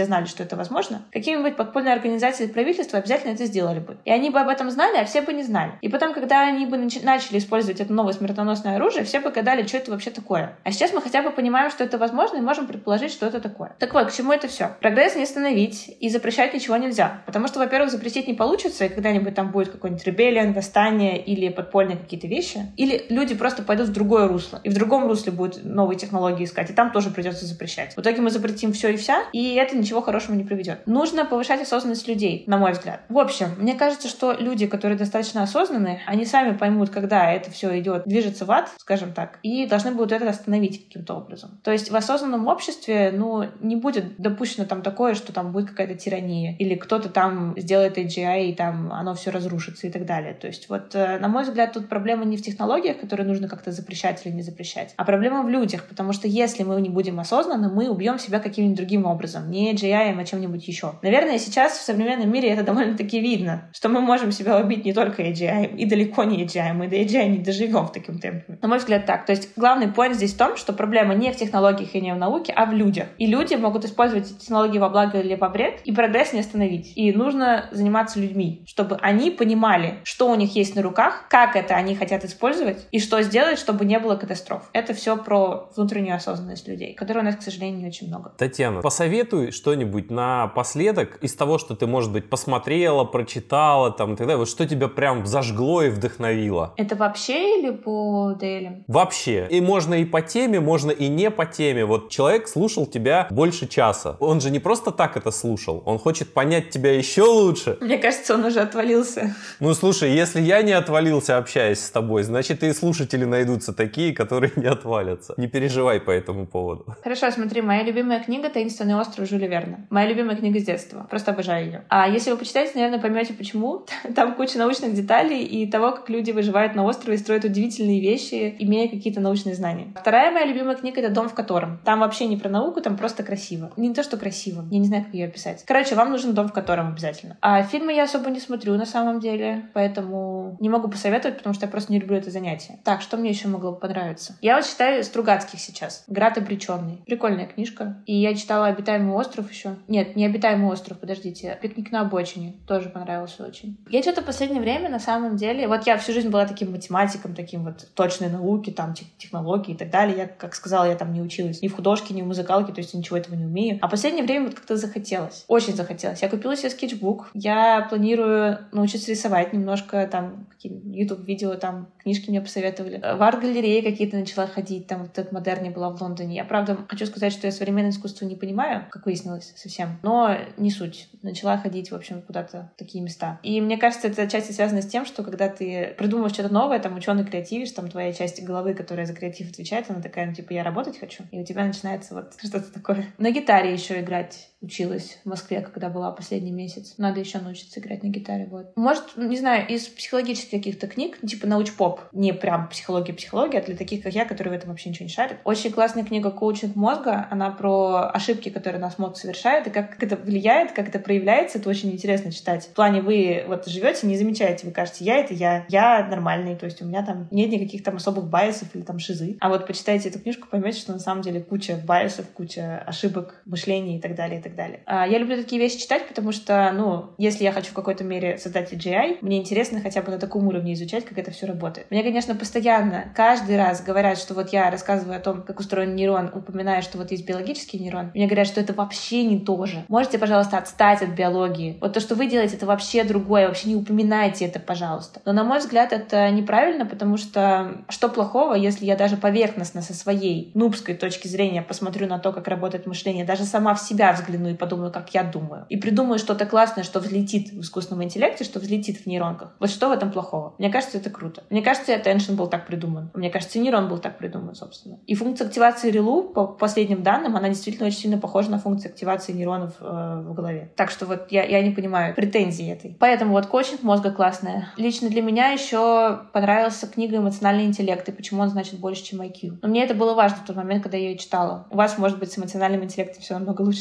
все знали, что это возможно, какие-нибудь подпольные организации правительства обязательно это сделали бы. И они бы об этом знали, а все бы не знали. И потом, когда они бы нач- начали использовать это новое смертоносное оружие, все бы гадали, что это вообще такое. А сейчас мы хотя бы понимаем, что это возможно, и можем предположить, что это такое. Так вот, к чему это все? Прогресс не остановить, и запрещать ничего нельзя. Потому что, во-первых, запретить не получится, и когда-нибудь там будет какой-нибудь ребеллион, восстание или подпольные какие-то вещи. Или люди просто пойдут в другое русло. И в другом русле будут новые технологии искать, и там тоже придется запрещать. В итоге мы запретим все и вся, и это ничего хорошего не приведет. Нужно повышать осознанность людей, на мой взгляд. В общем, мне кажется, что люди, которые достаточно осознанны, они сами поймут, когда это все идет, движется в ад, скажем так, и должны будут это остановить каким-то образом. То есть в осознанном обществе, ну, не будет допущено там такое, что там будет какая-то тирания, или кто-то там сделает эй джи ай, и там оно все разрушится и так далее. То есть вот, на мой взгляд, тут проблема не в технологиях, которые нужно как-то запрещать или не запрещать, а проблема в людях, потому что если мы не будем осознанны, мы убьем себя каким-нибудь другим образом, не эй джи ай, а чем-нибудь еще. Наверное, сейчас в современном мире это довольно-таки видно, что мы можем себя убить не только эй джи ай, и далеко не эй джи ай, мы до эй джи ай не доживем в таким темпе. На мой взгляд, так. То есть главный поинт здесь в том, что проблема не в технологиях и не в науке, а в людях. И люди могут использовать эти технологии во благо или во вред, и прогресс не остановить. И нужно заниматься людьми, чтобы они понимали, что у них есть на руках, как это они хотят использовать, и что сделать, чтобы не было катастроф. Это все про внутреннюю осознанность людей, которой у нас, к сожалению, не очень много. Татьяна, посоветуй что-нибудь напоследок из того, что ты, может быть, посмотрела, прочитала, там, и так далее. Вот что тебя прям зажгло и вдохновило? Это вообще или по ди эл эм? Вообще. И можно и по теме, можно и не по теме. Вот человек слушал тебя больше часа. Он же не просто так это слушал. Он хочет понять тебя еще лучше. Мне кажется, он уже отвалился. Ну, слушай, если я не отвалился, общаясь с тобой, значит, и слушатели найдутся такие, которые не отвалятся. Не переживай по этому поводу. Хорошо, смотри, моя любимая книга «Таинственный остров» Жюля Верна. Моя любимая книга с детства. Просто обожаю ее. А если вы почитаете, наверное, поймете, почему. Там куча научных деталей и того, как люди выживают на острове и строят удивительные вещи, имея какие-то научные знания. Вторая моя любимая книга — это «Дом в котором». Там вообще не про науку, там просто красиво. Не то, что красиво. Я не знаю, как ее описать. Короче, вам нужен «Дом в котором» обязательно. А фильмы я особо не смотрю на самом деле, поэтому не могу посоветовать, потому что я просто не люблю это занятие. Так, что мне еще могло бы понравиться? Я вот читаю Стругацких сейчас. «Град обреченный». Прикольная книжка. И я читала «Обитаемый остров» еще. Нет, не «Обитаемый остров», подождите. «Пикник на обочине». Тоже понравился очень. Я что-то в последнее время, на самом деле... Вот я всю жизнь была таким математиком, таким вот точной науки, там, технологии и так далее. Я, как сказала, я там не училась ни в художке, ни в музыкалке, то есть ничего этого не умею. А в последнее время вот как-то захотелось. Очень захотелось. Я купила себе скетчбук. Я планирую научиться рисовать немножко, там, какие-то YouTube-видео, там, книжки мне посоветовали. В арт-галереи какие-то начала ходить, там, вот этот модерне была в Лондоне. Я, правда, хочу сказать, что я современное искусство не понимаю, как выяснилось совсем, но не суть. Начала ходить, в общем, куда-то в такие места. И мне кажется, это отчасти связано с тем, что когда ты придумываешь что-то новое, там, ученый креативишь, там, твоя часть головы, которая за креатив отвечает, она такая, ну, типа, я работать хочу. И у тебя начинается вот что-то такое. На гитаре еще играть училась в Москве, когда была последний месяц. Надо еще научиться играть на гитаре, вот. Может, не знаю, из психологических каких-то книг, типа науч-поп, не прям психология-психология, а для таких, как я, которые в этом вообще ничего не шарят. Очень классная книга «Коучинг мозга», она про ошибки, которые наш мозг совершает, и как это влияет, как это проявляется, это очень интересно читать. В плане вы вот живете, не замечаете, вы кажете, я — это я, я нормальный, то есть у меня там нет никаких там особых байсов или там шизы. А вот почитайте эту книжку, поймете, что на самом деле куча байсов, куча ошибок, мышления и так далее, и так далее. А я люблю такие вещи читать, потому что, ну, если я хочу в какой-то мере создать эй джи ай, мне интересно хотя бы на таком уровне изучать, как это все работает. Мне, конечно, постоянно, каждый раз говорят, что вот я рассказываю о том, как устроен нейрон, упоминаю, что вот есть биологический нейрон. Мне говорят, что это вообще не то же. Можете, пожалуйста, отстать от биологии. Вот то, что вы делаете, это вообще другое. Вообще не упоминайте это, пожалуйста. Но, на мой взгляд, это неправильно, потому что что плохого, если я даже поверхностно со своей нубской точки зрения посмотрю на то, как работает мышление, даже сама в себя взгляну и подумаю, как я думаю, и придумаю что-то классное, что взлетит в искусственном интеллекте, что взлетит в нейронках. Вот что в этом плохого? Мне кажется, это круто. Мне кажется, attention был так придуман. Мне кажется, нейрон был так придуман, собственно. И функция активации релу, по последним данным, она действительно очень сильно похожа на функцию активации нейронов э, в голове. Так что вот я, я не понимаю претензий этой. Поэтому вот коучинг мозга классная. Лично для меня еще понравилась книга «Эмоциональный интеллект» и почему он значит больше, чем ай кью. Но мне это было важно в тот момент, когда я ее читала. У вас, может быть, с эмоциональным интеллектом все намного лучше, чем у меня.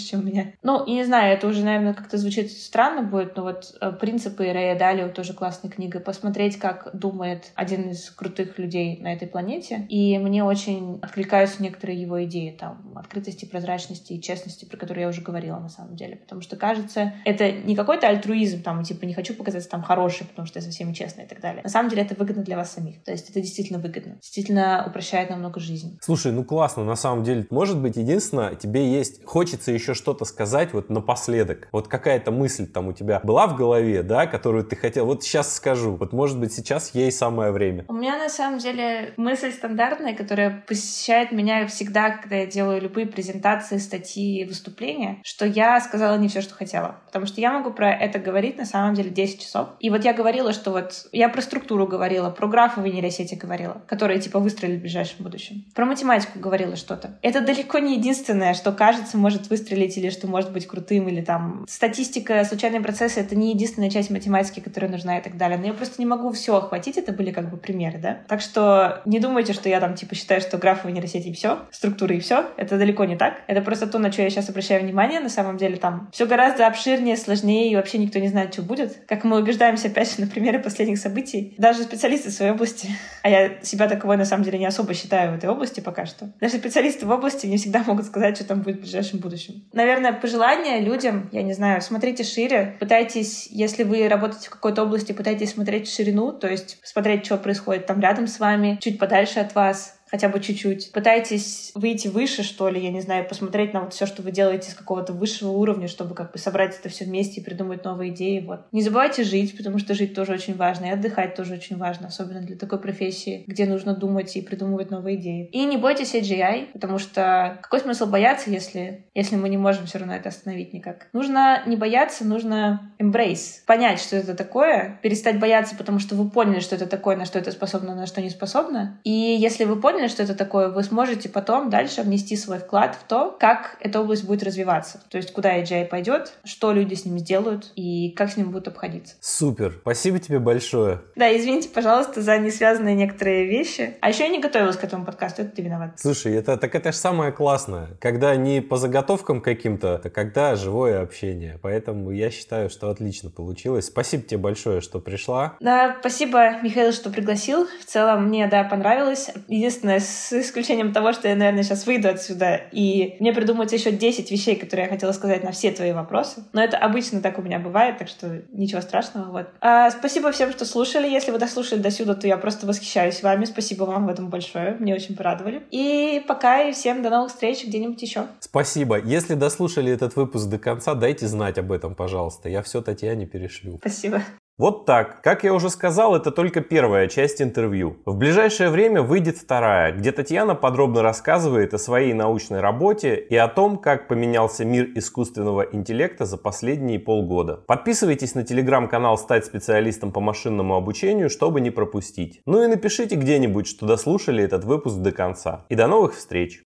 самом деле, ну, я не знаю, это уже, наверное, как-то звучит странно будет, но вот «Принципы» Рэя Далио тоже классная книга. Посмотреть, как думает один из крутых людей на этой планете. И мне очень откликаются некоторые его идеи, там, открытости, прозрачности и честности, про которые я уже говорила на самом деле. Потому что, кажется, это не какой-то альтруизм, там, типа, не хочу показаться там хороший, потому что я со всеми честная и так далее. На самом деле это выгодно для вас самих. То есть это действительно выгодно. Действительно упрощает намного жизнь. Слушай, ну классно, на самом деле. Может быть, единственное, тебе есть, хочется еще что-то сказать вот напоследок. Вот какая-то мысль там у тебя была в голове, да, которую ты хотел, вот сейчас скажу. Вот может быть сейчас ей самое время. У меня на самом деле мысль стандартная, которая посещает меня всегда, когда я делаю любые презентации, статьи, выступления, что я сказала не все, что хотела. Потому что я могу про это говорить на самом деле десять часов. И вот я говорила, что вот я про структуру говорила, про графовые нейросети говорила, которые типа выстрелят в ближайшем будущем. Про математику говорила что-то. Это далеко не единственное, что кажется может выстрелить или что может быть крутым, или там статистика, случайные процессы — это не единственная часть математики, которая нужна и так далее. Но я просто не могу все охватить, это были как бы примеры, да? Так что не думайте, что я там типа считаю, что графовые нейросети и все, структуры и все. Это далеко не так. Это просто то, на что я сейчас обращаю внимание. На самом деле там все гораздо обширнее, сложнее, и вообще никто не знает, что будет. Как мы убеждаемся опять же на примере последних событий. Даже специалисты в своей области, а я себя таковой на самом деле не особо считаю в этой области пока что. Даже специалисты в области не всегда могут сказать, что там будет в ближайшем будущем. Наверное, пожелание людям, я не знаю, смотрите шире, пытайтесь, если вы работаете в какой-то области, пытайтесь смотреть в ширину, то есть смотреть, что происходит там рядом с вами, чуть подальше от вас, хотя бы чуть-чуть. Пытайтесь выйти выше, что ли, я не знаю, посмотреть на вот все, что вы делаете с какого-то высшего уровня, чтобы как бы собрать это все вместе и придумать новые идеи. Вот. Не забывайте жить, потому что жить тоже очень важно, и отдыхать тоже очень важно, особенно для такой профессии, где нужно думать и придумывать новые идеи. И не бойтесь эй джи ай, потому что какой смысл бояться, если, если мы не можем все равно это остановить никак? Нужно не бояться, нужно embrace, понять, что это такое, перестать бояться, потому что вы поняли, что это такое, на что это способно, на что не способно. И если вы поняли, что это такое, вы сможете потом дальше внести свой вклад в то, как эта область будет развиваться. То есть, куда эй джи ай пойдет, что люди с ним сделают и как с ним будут обходиться. Супер. Спасибо тебе большое. Да, извините, пожалуйста, за несвязанные некоторые вещи. А еще я не готовилась к этому подкасту, это ты виноват. Слушай, это, так это же самое классное. Когда не по заготовкам каким-то, а когда живое общение. Поэтому я считаю, что отлично получилось. Спасибо тебе большое, что пришла. Да, спасибо, Михаил, что пригласил. В целом мне, да, понравилось. Единственное, с исключением того, что я, наверное, сейчас выйду отсюда, и мне придумается еще десять вещей, которые я хотела сказать на все твои вопросы. Но это обычно так у меня бывает, так что ничего страшного. Вот. А, спасибо всем, что слушали. Если вы дослушали до сюда, то я просто восхищаюсь вами. Спасибо вам в этом большое. Мне очень порадовали. И пока, и всем до новых встреч где-нибудь еще. Спасибо. Если дослушали этот выпуск до конца, дайте знать об этом, пожалуйста. Я все Татьяне перешлю. Спасибо. Вот так. Как я уже сказал, это только первая часть интервью. В ближайшее время выйдет вторая, где Татьяна подробно рассказывает о своей научной работе и о том, как поменялся мир искусственного интеллекта за последние полгода. Подписывайтесь на телеграм-канал «Стать специалистом по машинному обучению», чтобы не пропустить. Ну и напишите где-нибудь, что дослушали этот выпуск до конца. И до новых встреч!